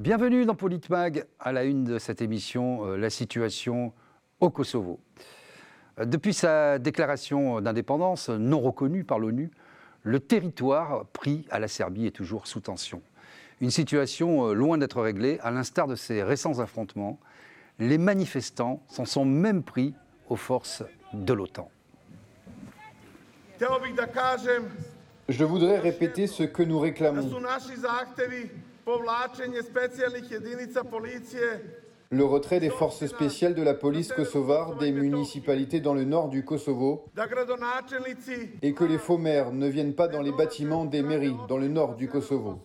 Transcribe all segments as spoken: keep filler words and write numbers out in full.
Bienvenue dans Politmag, à la une de cette émission, euh, la situation au Kosovo. Euh, depuis sa déclaration d'indépendance, non reconnue par l'ONU, le territoire pris à la Serbie est toujours sous tension. Une situation euh, loin d'être réglée, à l'instar de ces récents affrontements. Les manifestants s'en sont même pris aux forces de l'OTAN. Je voudrais répéter ce que nous réclamons. Le retrait des forces spéciales de la police kosovare des municipalités dans le nord du Kosovo et que les faux maires ne viennent pas dans les bâtiments des mairies dans le nord du Kosovo.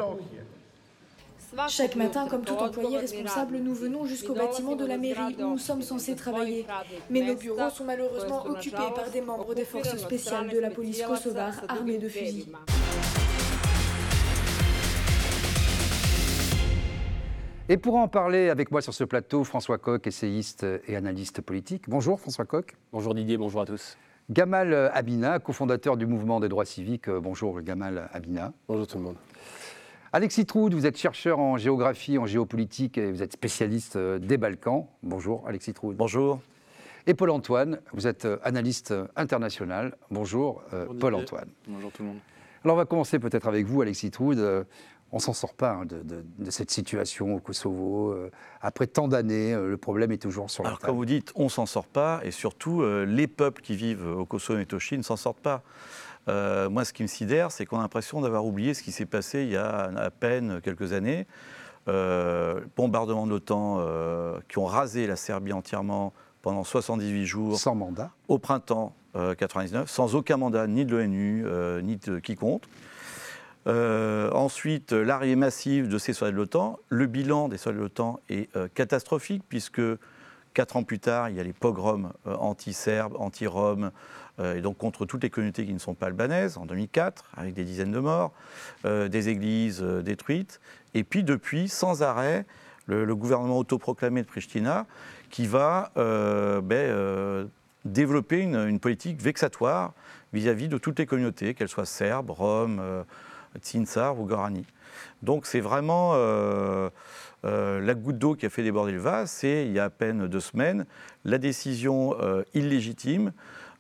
Chaque matin, comme tout employé responsable, nous venons jusqu'au bâtiment de la mairie où nous sommes censés travailler. Mais nos bureaux sont malheureusement occupés par des membres des forces spéciales de la police kosovare armés de fusils. Et pour en parler avec moi sur ce plateau, François Koch, essayiste et analyste politique. Bonjour François Koch. Bonjour Didier, bonjour à tous. Gamal Abina, cofondateur du mouvement des droits civiques. Bonjour Gamal Abina. Bonjour tout le monde. Alexis Troud, vous êtes chercheur en géographie, en géopolitique et vous êtes spécialiste des Balkans. Bonjour Alexis Troud. Bonjour. Et Paul-Antoine, vous êtes analyste international. Bonjour, euh, Bonjour Paul-Antoine. Bonjour tout le monde. Alors on va commencer peut-être avec vous Alexis Troud. Euh, on ne s'en sort pas hein, de, de, de cette situation au Kosovo. Euh, après tant d'années, euh, le problème est toujours sur la Alors table. quand vous dites on ne s'en sort pas, et surtout euh, les peuples qui vivent au Kosovo et Tochi ne s'en sortent pas. Euh, moi, ce qui me sidère, c'est qu'on a l'impression d'avoir oublié ce qui s'est passé il y a à peine quelques années. Euh, bombardement de l'OTAN euh, qui ont rasé la Serbie entièrement pendant soixante-dix-huit jours. Sans mandat. Au printemps euh, quatre-vingt-dix-neuf, sans aucun mandat ni de l'ONU, euh, ni de quiconque. Euh, ensuite, l'arrivée massive de ces soldats de l'OTAN. Le bilan des soldats de l'OTAN est euh, catastrophique, puisque quatre ans plus tard, il y a les pogroms euh, anti-serbes, anti-roms, euh, et donc contre toutes les communautés qui ne sont pas albanaises, en deux mille quatre, avec des dizaines de morts, euh, des églises euh, détruites. Et puis depuis, sans arrêt, le, le gouvernement autoproclamé de Pristina, qui va euh, ben, euh, développer une, une politique vexatoire vis-à-vis de toutes les communautés, qu'elles soient serbes, roms, euh, Tsinsar ou Gorani. Donc c'est vraiment euh, euh, la goutte d'eau qui a fait déborder le vase, c'est il y a à peine deux semaines, la décision euh, illégitime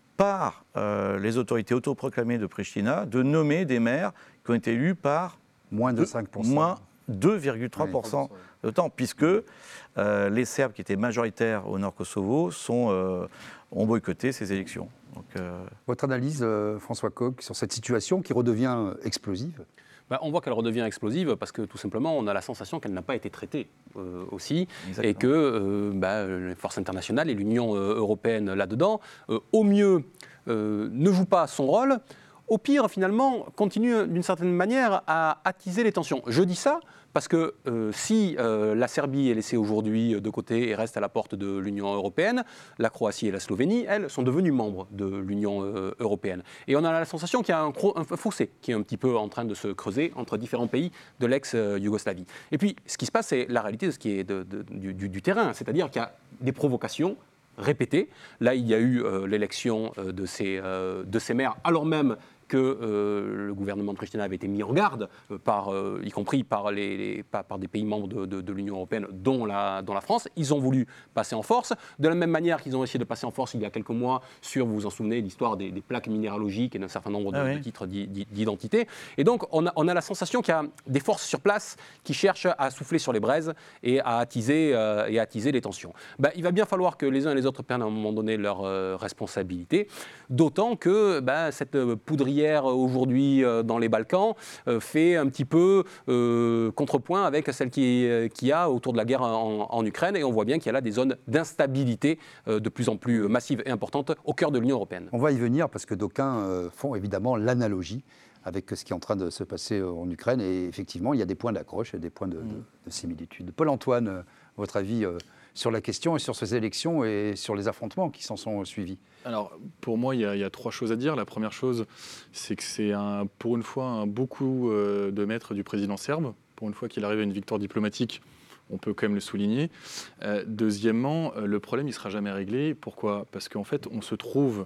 par euh, les autorités autoproclamées de Pristina de nommer des maires qui ont été élus par moins de cinq pour cent. Moins deux virgule trois pour cent de temps, puisque euh, les Serbes qui étaient majoritaires au Nord Kosovo sont, euh, ont boycotté ces élections. Donc, euh... Votre analyse, euh, François Koch, sur cette situation qui redevient euh, explosive? Bah, on voit qu'elle redevient explosive parce que tout simplement on a la sensation qu'elle n'a pas été traitée euh, aussi. Exactement. Et que euh, bah, les forces internationales et l'Union euh, européenne là-dedans, euh, au mieux, euh, ne jouent pas son rôle, au pire finalement continue d'une certaine manière à attiser les tensions. Je dis ça parce que euh, si euh, la Serbie est laissée aujourd'hui de côté et reste à la porte de l'Union européenne, la Croatie et la Slovénie, elles, sont devenues membres de l'Union euh, européenne. Et on a la sensation qu'il y a un, un fossé qui est un petit peu en train de se creuser entre différents pays de l'ex-Yougoslavie. Et puis, ce qui se passe, c'est la réalité de ce qui est de, de, du, du, du terrain, c'est-à-dire qu'il y a des provocations répétées. Là, il y a eu euh, l'élection euh, de, ces, euh, de ces maires, alors même que euh, le gouvernement de Pristina avait été mis en garde, euh, par, euh, y compris par, les, les, par, par des pays membres de, de, de l'Union européenne, dont la, dont la France. Ils ont voulu passer en force, de la même manière qu'ils ont essayé de passer en force il y a quelques mois sur, vous vous en souvenez, l'histoire des, des plaques minéralogiques et d'un certain nombre de, ah oui. de titres d'identité. Et donc, on a, on a la sensation qu'il y a des forces sur place qui cherchent à souffler sur les braises et à attiser, euh, et à attiser les tensions. Ben, il va bien falloir que les uns et les autres prennent à un moment donné leurs euh, responsabilités, d'autant que ben, cette poudrière aujourd'hui euh, dans les Balkans euh, fait un petit peu euh, contrepoint avec celle qui, euh, qui a autour de la guerre en, en Ukraine, et on voit bien qu'il y a là des zones d'instabilité euh, de plus en plus massives et importantes au cœur de l'Union européenne. On va y venir parce que d'aucuns euh, font évidemment l'analogie avec ce qui est en train de se passer en Ukraine, et effectivement il y a des points d'accroche et des points de, mmh. de, de similitude. Paul-Antoine, euh, votre avis euh, sur la question et sur ces élections et sur les affrontements qui s'en sont suivis? Alors, pour moi, il y, a, il y a trois choses à dire. La première chose, c'est que c'est un, pour une fois un beau coup euh, de maître du président serbe. Pour une fois qu'il arrive à une victoire diplomatique, on peut quand même le souligner. Euh, deuxièmement, euh, le problème, il ne sera jamais réglé. Pourquoi ? Parce qu'en fait, on se trouve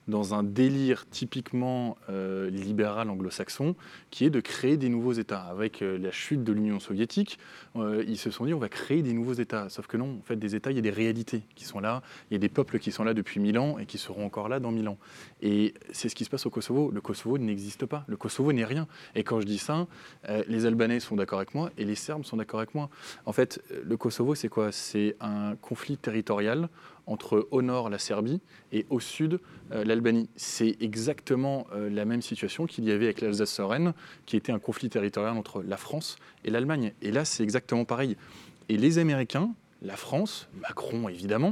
dans un délire typiquement euh, libéral anglo-saxon, qui est de créer des nouveaux États. Avec euh, la chute de l'Union soviétique, euh, ils se sont dit on va créer des nouveaux États. Sauf que non, en fait, des États, il y a des réalités qui sont là, il y a des peuples qui sont là depuis mille ans et qui seront encore là dans mille ans. Et c'est ce qui se passe au Kosovo. Le Kosovo n'existe pas. Le Kosovo n'est rien. Et quand je dis ça, euh, les Albanais sont d'accord avec moi et les Serbes sont d'accord avec moi. En fait, le Kosovo, c'est quoi? C'est un conflit territorial entre au nord la Serbie et au sud euh, l'Albanie. C'est exactement euh, la même situation qu'il y avait avec l'Alsace-Lorraine, qui était un conflit territorial entre la France et l'Allemagne. Et là, c'est exactement pareil. Et les Américains, la France, Macron évidemment,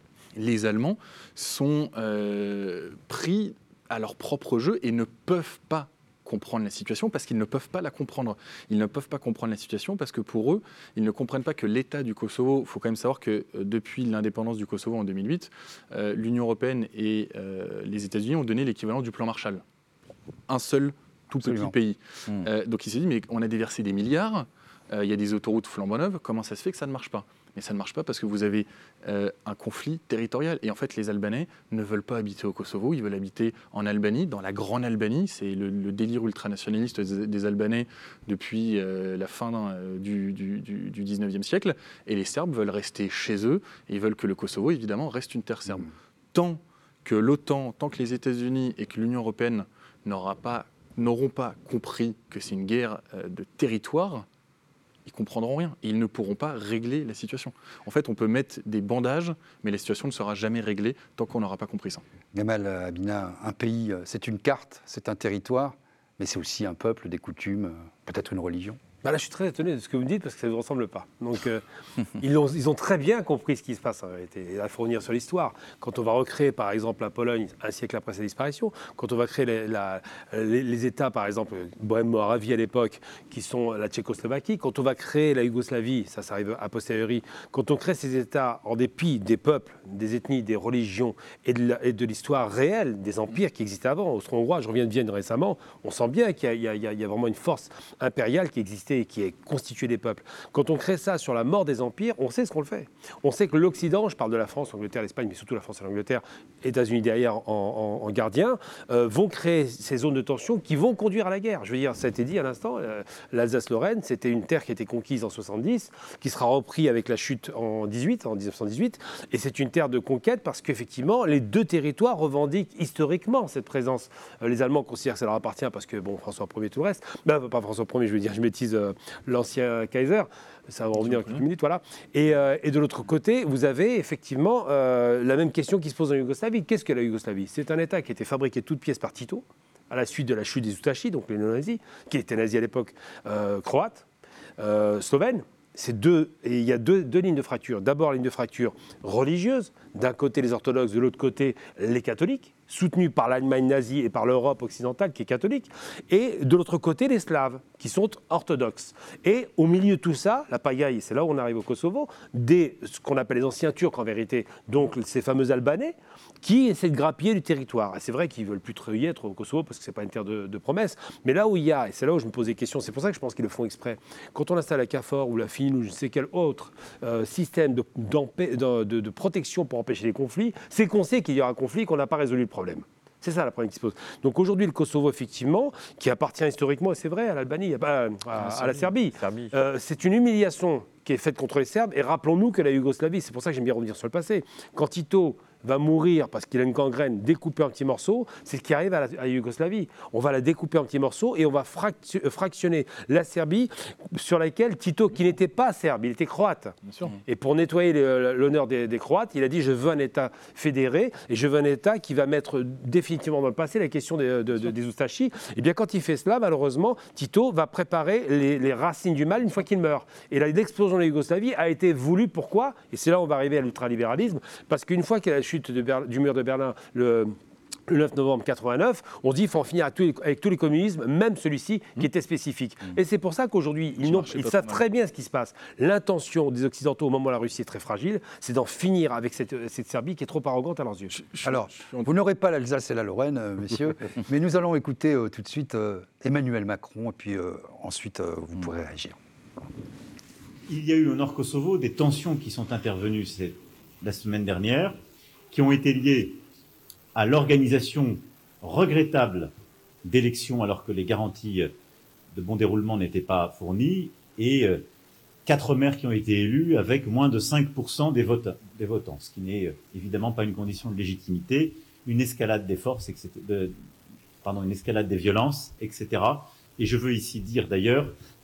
les Allemands, sont euh, pris à leur propre jeu et ne peuvent pas comprendre la situation parce qu'ils ne peuvent pas la comprendre. Ils ne peuvent pas comprendre la situation parce que pour eux, ils ne comprennent pas que l'État du Kosovo, il faut quand même savoir que euh, depuis l'indépendance du Kosovo en deux mille huit, euh, l'Union européenne et euh, les États-Unis ont donné l'équivalent du plan Marshall. Un seul tout Absolument. petit pays. Mmh. Euh, donc il s'est dit, mais on a déversé des milliards, euh, il y a des autoroutes flambant neuves, comment ça se fait que ça ne marche pas? Mais ça ne marche pas parce que vous avez euh, un conflit territorial. Et en fait, les Albanais ne veulent pas habiter au Kosovo, ils veulent habiter en Albanie, dans la Grande Albanie. C'est le, le délire ultranationaliste des, des Albanais depuis euh, la fin euh, du, du, du, du dix-neuvième siècle. Et les Serbes veulent rester chez eux et ils veulent que le Kosovo, évidemment, reste une terre serbe. Mmh. Tant que l'OTAN, tant que les États-Unis et que l'Union européenne n'aura pas, n'auront pas compris que c'est une guerre euh, de territoire, ils ne comprendront rien. Et ils ne pourront pas régler la situation. En fait, on peut mettre des bandages, mais la situation ne sera jamais réglée tant qu'on n'aura pas compris ça. Gamal Abina, un pays, c'est une carte, c'est un territoire, mais c'est aussi un peuple, des coutumes, peut-être une religion. Bah là, je suis très étonné de ce que vous me dites parce que ça ne vous ressemble pas. Donc, euh, ils, ont, ils ont très bien compris ce qui se passe en réalité. Et là, il faut revenir sur l'histoire. Quand on va recréer, par exemple, la Pologne un siècle après sa disparition, quand on va créer les, la, les, les États, par exemple, Bohème-Moravie à l'époque, qui sont la Tchécoslovaquie, quand on va créer la Yougoslavie, ça, ça arrive a posteriori, quand on crée ces États en dépit des peuples, des ethnies, des religions et de, la, et de l'histoire réelle des empires qui existaient avant. Austro-Hongrois, je reviens de Vienne récemment, on sent bien qu'il y a, il y a, il y a vraiment une force impériale qui existe et qui est constitué des peuples. Quand on crée ça sur la mort des empires, on sait ce qu'on le fait. On sait que l'Occident, je parle de la France, l'Angleterre, l'Espagne, mais surtout la France et l'Angleterre, États-Unis derrière en, en, en gardien, euh, vont créer ces zones de tension qui vont conduire à la guerre. Je veux dire, ça a été dit à l'instant, euh, l'Alsace-Lorraine, c'était une terre qui a été conquise en soixante-dix, qui sera reprise avec la chute en dix-huit, en dix-neuf cent dix-huit, et c'est une terre de conquête parce qu'effectivement, les deux territoires revendiquent historiquement cette présence. Euh, les Allemands considèrent que ça leur appartient parce que, bon, François Ier, tout le reste, ben, pas François Ier, je veux dire, je bêtise, euh, l'ancien Kaiser, ça va revenir en quelques minutes, voilà. Et, euh, et de l'autre côté, vous avez effectivement euh, la même question qui se pose en Yougoslavie. Qu'est-ce que la Yougoslavie? C'est un État qui a été fabriqué de toutes pièces par Tito, à la suite de la chute des Ustashi, donc les néo-nazis, qui étaient nazis à l'époque, euh, croates, euh, slovènes. C'est deux, et il y a deux, deux lignes de fracture. D'abord, ligne de fracture religieuse, d'un côté les orthodoxes, de l'autre côté les catholiques, soutenus par l'Allemagne nazie et par l'Europe occidentale qui est catholique, et de l'autre côté les Slaves qui sont orthodoxes. Et au milieu de tout ça, la pagaille, c'est là où on arrive au Kosovo, des, ce qu'on appelle les anciens Turcs en vérité, donc ces fameux Albanais, qui essaient de grappiller du territoire. Et c'est vrai qu'ils ne veulent plus trop y être au Kosovo parce que ce n'est pas une terre de, de promesses, mais là où il y a, et c'est là où je me pose des questions, c'est pour ça que je pense qu'ils le font exprès, quand on installe la CAFOR ou la F I N ou je ne sais quel autre euh, système de, de, de, de protection pour empêcher les conflits, c'est qu'on sait qu'il y aura un conflit et qu'on n'a pas résolu le problème. C'est ça la problème qui se pose. Donc aujourd'hui, le Kosovo, effectivement, qui appartient historiquement, et c'est vrai, à l'Albanie, à, à, à la Serbie, Serbie. Euh, c'est une humiliation qui est faite contre les Serbes. Et rappelons-nous que la Yougoslavie, c'est pour ça que j'aime bien revenir sur le passé, quand Tito va mourir parce qu'il a une gangrène découpée en petits morceaux, c'est ce qui arrive à la, à la Yougoslavie. On va la découper en petits morceaux et on va fractu- fractionner la Serbie sur laquelle Tito, qui n'était pas serbe, il était croate. Bien sûr. Et pour nettoyer le, l'honneur des, des Croates, il a dit « je veux un État fédéré et je veux un État qui va mettre définitivement dans le passé la question des, de, de, des Ustashi ». Et bien quand il fait cela, malheureusement, Tito va préparer les, les racines du mal une fois qu'il meurt. Et là, l'explosion de la Yougoslavie a été voulue, pourquoi? Et c'est là où on va arriver à l'ultralibéralisme, parce qu'une fois qu'il y a la chute de Berl- du mur de Berlin, le... Le neuf novembre quatre-vingt-neuf, on dit qu'il faut en finir avec tous, les, avec tous les communismes, même celui-ci qui était spécifique. Mmh. Et c'est pour ça qu'aujourd'hui, ils, ils savent très bien ce qui se passe. L'intention des Occidentaux au moment où la Russie est très fragile, c'est d'en finir avec cette, cette Serbie qui est trop arrogante à leurs yeux. Alors, vous n'aurez pas l'Alsace et la Lorraine, euh, messieurs, mais nous allons écouter euh, tout de suite euh, Emmanuel Macron, et puis euh, ensuite, euh, vous mmh. pourrez réagir. Il y a eu au Nord Kosovo des tensions qui sont intervenues c'est, la semaine dernière, qui ont été liées à l'organisation regrettable d'élections alors que les garanties de bon déroulement n'étaient pas fournies, et euh, quatre maires qui ont été élus avec moins de cinq pour cent des, vote, des votants, ce qui n'est euh, évidemment pas une condition de légitimité, une escalade des forces, et cetera, de, pardon, une escalade des violences, et cetera. Et je veux ici dire d'ailleurs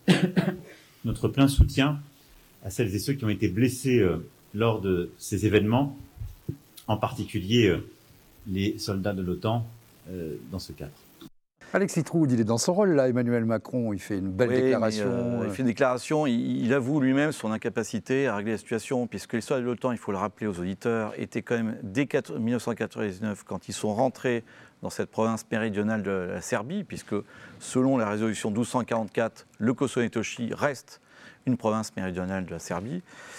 notre plein soutien à celles et ceux qui ont été blessés euh, lors de ces événements, en particulier euh, les soldats de l'OTAN euh, dans ce cadre. Alexis Troud, il est dans son rôle là, Emmanuel Macron, il fait une belle oui, déclaration. Mais, euh, il fait une déclaration, il, il avoue lui-même son incapacité à régler la situation, puisque les soldats de l'OTAN, il faut le rappeler aux auditeurs, étaient quand même, dès mille neuf cent quatre-vingt-dix-neuf, quand ils sont rentrés dans cette province méridionale de la Serbie, puisque selon la résolution douze cent quarante-quatre, le Kosovo-Metochi reste une province méridionale de la Serbie,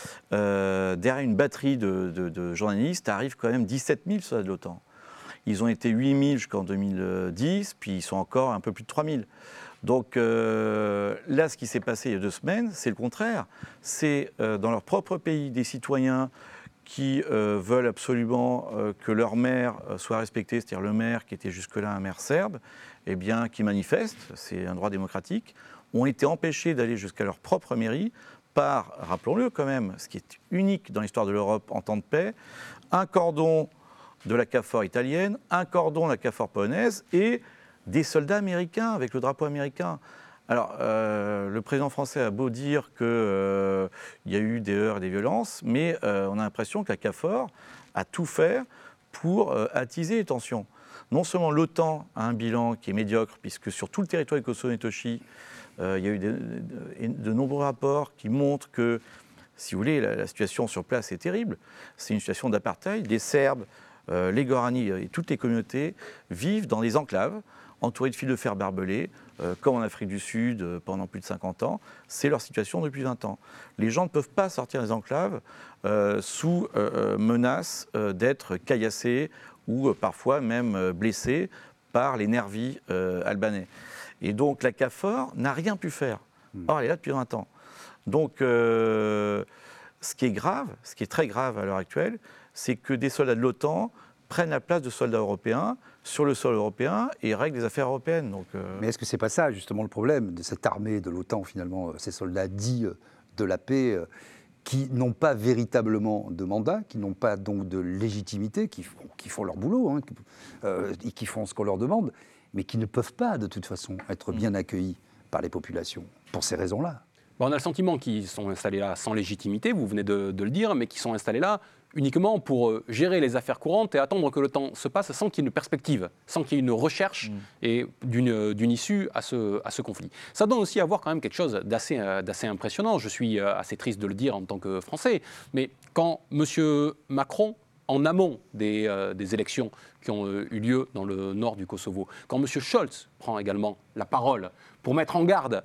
euh, derrière une batterie de, de, de journalistes arrivent quand même dix-sept mille soldats de l'OTAN. Ils ont été huit mille jusqu'en deux mille dix, puis ils sont encore un peu plus de trois mille. Donc euh, là, ce qui s'est passé il y a deux semaines, c'est le contraire. C'est euh, dans leur propre pays des citoyens qui euh, veulent absolument euh, que leur maire euh, soit respecté, c'est-à-dire le maire qui était jusque-là un maire serbe, eh bien, qui manifeste, c'est un droit démocratique, ont été empêchés d'aller jusqu'à leur propre mairie par, rappelons-le quand même, ce qui est unique dans l'histoire de l'Europe en temps de paix, un cordon de la KFOR italienne, un cordon de la KFOR polonaise et des soldats américains avec le drapeau américain. Alors, euh, le président français a beau dire qu'il euh, y a eu des heurts et des violences, mais euh, on a l'impression que la KFOR a tout fait pour euh, attiser les tensions. Non seulement l'OTAN a un bilan qui est médiocre, puisque sur tout le territoire du Kosovo-Metochi, euh, il y a eu de, de, de nombreux rapports qui montrent que, si vous voulez, la, la situation sur place est terrible. C'est une situation d'apartheid. Les Serbes, Euh, les Guaranis et toutes les communautés vivent dans des enclaves, entourés de fils de fer barbelés, euh, comme en Afrique du Sud euh, pendant plus de cinquante ans. C'est leur situation depuis vingt ans. Les gens ne peuvent pas sortir des enclaves euh, sous euh, menace euh, d'être caillassés ou euh, parfois même euh, blessés par les nervis euh, albanais. Et donc la KFOR n'a rien pu faire. Or, elle est là depuis vingt ans. Donc, euh, ce qui est grave, ce qui est très grave à l'heure actuelle, c'est que des soldats de l'OTAN prennent la place de soldats européens sur le sol européen et règlent les affaires européennes. Donc, euh... Mais est-ce que ce n'est pas ça, justement, le problème de cette armée de l'OTAN, finalement, ces soldats dits de la paix, qui n'ont pas véritablement de mandat, qui n'ont pas donc de légitimité, qui font, qui font leur boulot, hein, euh, et qui font ce qu'on leur demande, mais qui ne peuvent pas, de toute façon, être bien accueillis par les populations, pour ces raisons-là. Bon, on a le sentiment qu'ils sont installés là sans légitimité, vous venez de, de le dire, mais qu'ils sont installés là uniquement pour gérer les affaires courantes et attendre que le temps se passe sans qu'il y ait une perspective, sans qu'il y ait une recherche mmh. et d'une, d'une issue à ce, à ce conflit. Ça donne aussi à voir quand même quelque chose d'assez, d'assez impressionnant. Je suis assez triste de le dire en tant que Français, mais quand M. Macron, en amont des, euh, des élections qui ont euh, eu lieu dans le nord du Kosovo, quand M. Scholz prend également la parole pour mettre en garde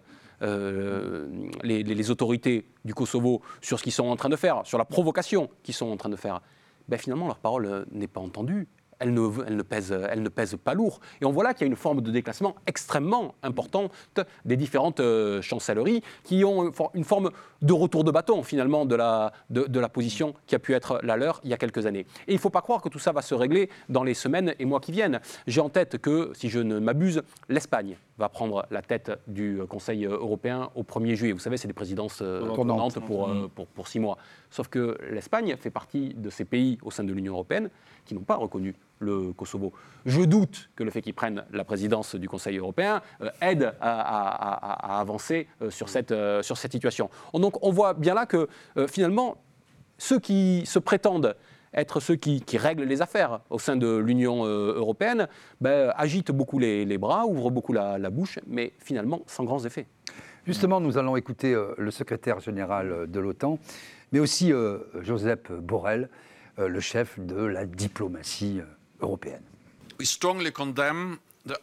Euh, les, les, les autorités du Kosovo sur ce qu'ils sont en train de faire, sur la provocation qu'ils sont en train de faire, ben finalement leur parole euh, n'est pas entendue, elle ne, elle, ne pèse, elle ne pèse pas lourd. Et on voit là qu'il y a une forme de déclassement extrêmement importante des différentes euh, chancelleries qui ont une forme de retour de bâton finalement de la, de, de la position qui a pu être la leur il y a quelques années. Et il ne faut pas croire que tout ça va se régler dans les semaines et mois qui viennent. J'ai en tête que, si je ne m'abuse, l'Espagne va prendre la tête du Conseil européen au premier juillet. Vous savez, c'est des présidences euh, tournantes pour, euh, pour, pour six mois. Sauf que l'Espagne fait partie de ces pays au sein de l'Union européenne qui n'ont pas reconnu le Kosovo. Je doute que le fait qu'ils prennent la présidence du Conseil européen euh, aide à, à, à, à avancer euh, sur, cette, euh, sur cette situation. Donc on voit bien là que euh, finalement, ceux qui se prétendent être ceux qui, qui règlent les affaires au sein de l'Union euh, européenne, ben, agitent beaucoup les, les bras, ouvrent beaucoup la, la bouche, mais finalement sans grands effets. Justement, nous allons écouter euh, le secrétaire général de l'OTAN, mais aussi euh, Josep Borrell, euh, le chef de la diplomatie euh, européenne. We strongly condemn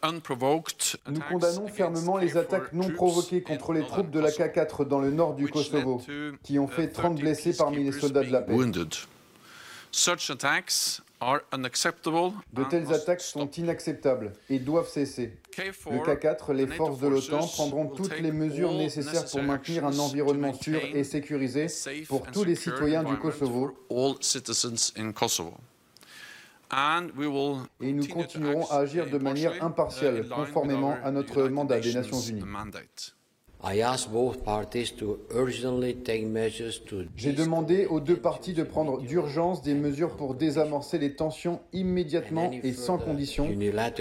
Nous condamnons fermement les attaques non provoquées contre les troupes de la K quatre dans le nord du Kosovo, qui ont fait trente blessés parmi les soldats de la paix. De telles attaques sont inacceptables et doivent cesser. Le K quatre, les forces de l'OTAN prendront toutes les mesures nécessaires pour maintenir un environnement sûr et sécurisé pour tous les citoyens du Kosovo. Et nous continuerons à agir de manière impartiale, conformément à notre mandat des Nations Unies. J'ai demandé aux deux parties de prendre d'urgence des mesures pour désamorcer les tensions immédiatement et sans condition.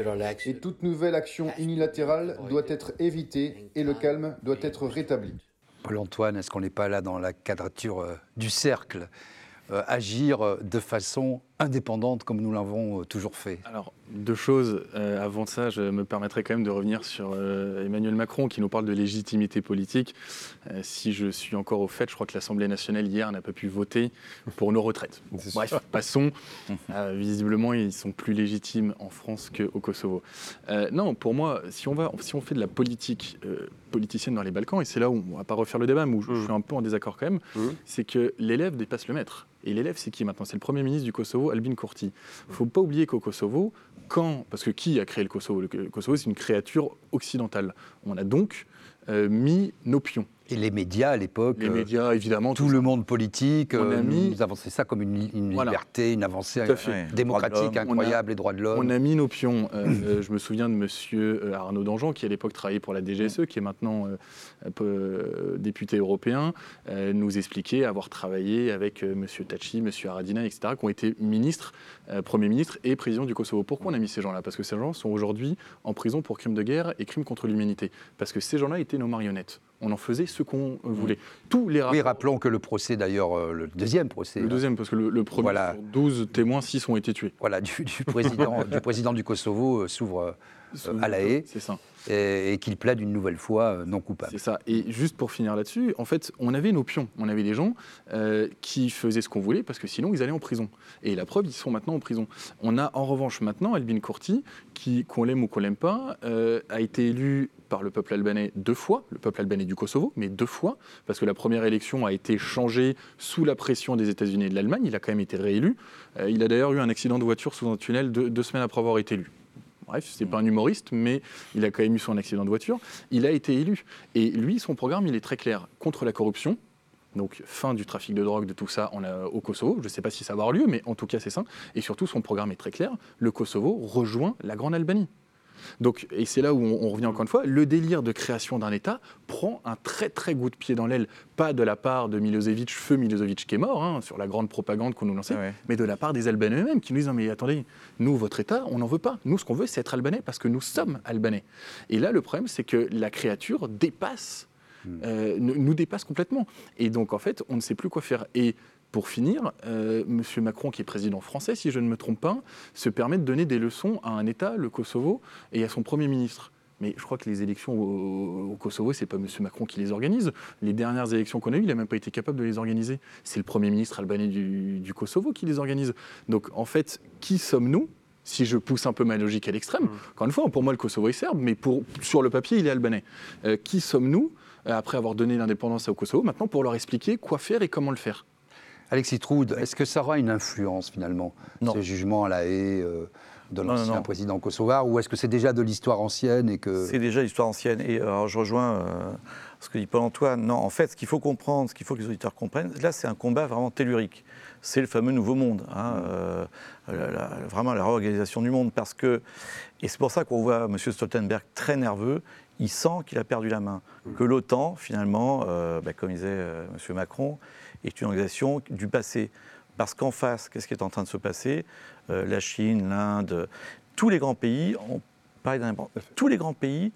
Et toute nouvelle action unilatérale doit être évitée et le calme doit être rétabli. Paul-Antoine, est-ce qu'on n'est pas là dans la quadrature euh, du cercle euh, agir euh, de façon indépendante comme nous l'avons euh, toujours fait? Alors, deux choses. Euh, avant ça, je me permettrai quand même de revenir sur euh, Emmanuel Macron qui nous parle de légitimité politique. Euh, si je suis encore au fait, je crois que l'Assemblée nationale hier n'a pas pu voter pour nos retraites. Bon, bref, passons. Euh, visiblement, ils sont plus légitimes en France qu'au Kosovo. Euh, non, pour moi, si on, va, si on fait de la politique euh, politicienne dans les Balkans, et c'est là où on ne va pas refaire le débat, mais où je, je suis un peu en désaccord quand même, mmh. c'est que l'élève dépasse le maître. Et l'élève, c'est qui maintenant? C'est le Premier ministre du Kosovo, Albin Kurti. Il ne faut pas oublier qu'au Kosovo, quand, parce que qui a créé le Kosovo? Le Kosovo, c'est une créature occidentale. On a donc euh, mis nos pions. Et les médias à l'époque, les médias évidemment, tout, tout le monde politique, on a mis, nous avançait ça comme une, une voilà. liberté, une avancée ouais. démocratique incroyable, a, les droits de l'homme. On a mis nos pions. euh, je me souviens de monsieur Arnaud Danjean, qui à l'époque travaillait pour la D G S E, qui est maintenant euh, euh, député européen, euh, nous expliquait avoir travaillé avec euh, monsieur Tachi, monsieur Haradinaj, et cetera, qui ont été ministres, euh, Premier ministre et président du Kosovo. Pourquoi on a mis ces gens-là? Parce que ces gens sont aujourd'hui en prison pour crimes de guerre et crimes contre l'humanité. Parce que ces gens-là étaient nos marionnettes. On en faisait ce qu'on voulait. Tous les rapports... Oui, rappelons que le procès, d'ailleurs, euh, le deuxième procès... Le deuxième, parce que le, le premier, voilà. sur douze témoins, six ont été tués. Voilà, du, du, président, du président du Kosovo euh, s'ouvre euh, à La Haye. C'est ça. Et, et qu'il plaide une nouvelle fois euh, non coupable. C'est ça. Et juste pour finir là-dessus, en fait, on avait nos pions. On avait des gens euh, qui faisaient ce qu'on voulait, parce que sinon, ils allaient en prison. Et la preuve, ils sont maintenant en prison. On a en revanche maintenant Albin Kurti, qui, qu'on l'aime ou qu'on l'aime pas, euh, a été élu par le peuple albanais deux fois, le peuple albanais du Kosovo, mais deux fois, parce que la première élection a été changée sous la pression des États-Unis et de l'Allemagne. Il a quand même été réélu. Euh, il a d'ailleurs eu un accident de voiture sous un tunnel deux, deux semaines après avoir été élu. Bref, c'est pas un humoriste, mais il a quand même eu son accident de voiture. Il a été élu. Et lui, son programme, il est très clair. Contre la corruption, donc fin du trafic de drogue, de tout ça on a au Kosovo. Je ne sais pas si ça va avoir lieu, mais en tout cas, c'est ça. Et surtout, son programme est très clair. Le Kosovo rejoint la Grande Albanie. Donc, et c'est là où on, on revient encore une fois, le délire de création d'un État prend un très très goût de pied dans l'aile, pas de la part de Milosevic, feu Milosevic qui est mort, hein, sur la grande propagande qu'on nous lançait, ah ouais. mais de la part des Albanais eux-mêmes qui nous disent « mais attendez, nous, votre État, on n'en veut pas. Nous, ce qu'on veut, c'est être Albanais parce que nous sommes Albanais. » Et là, le problème, c'est que la créature dépasse, euh, nous dépasse complètement. Et donc, en fait, on ne sait plus quoi faire. Et pour finir, euh, M. Macron, qui est président français, si je ne me trompe pas, se permet de donner des leçons à un État, le Kosovo, et à son Premier ministre. Mais je crois que les élections au, au Kosovo, ce n'est pas M. Macron qui les organise. Les dernières élections qu'on a eues, il n'a même pas été capable de les organiser. C'est le Premier ministre albanais du, du Kosovo qui les organise. Donc, en fait, qui sommes-nous ? Si je pousse un peu ma logique à l'extrême, mmh. encore une fois, pour moi, le Kosovo est serbe, mais pour, sur le papier, il est albanais. Euh, qui sommes-nous, après avoir donné l'indépendance au Kosovo, maintenant pour leur expliquer quoi faire et comment le faire ? Alexis Troud, est-ce que ça aura une influence finalement, non. ce jugement à La Haye euh, de l'ancien président kosovar, ou est-ce que c'est déjà de l'histoire ancienne et que... C'est déjà l'histoire ancienne. Et alors je rejoins euh, ce que dit Paul-Antoine. Non, en fait, ce qu'il faut comprendre, ce qu'il faut que les auditeurs comprennent, là, c'est un combat vraiment tellurique. C'est le fameux nouveau monde, hein, euh, la, la, vraiment la réorganisation du monde. Parce que, et c'est pour ça qu'on voit M. Stoltenberg très nerveux. Il sent qu'il a perdu la main. Que l'OTAN, finalement, euh, bah, comme disait euh, M. Macron, est une organisation du passé. Parce qu'en face, qu'est-ce qui est en train de se passer ? euh, La Chine, l'Inde, tous les grands pays, ont parlé d'indépendance. Tous les grands pays,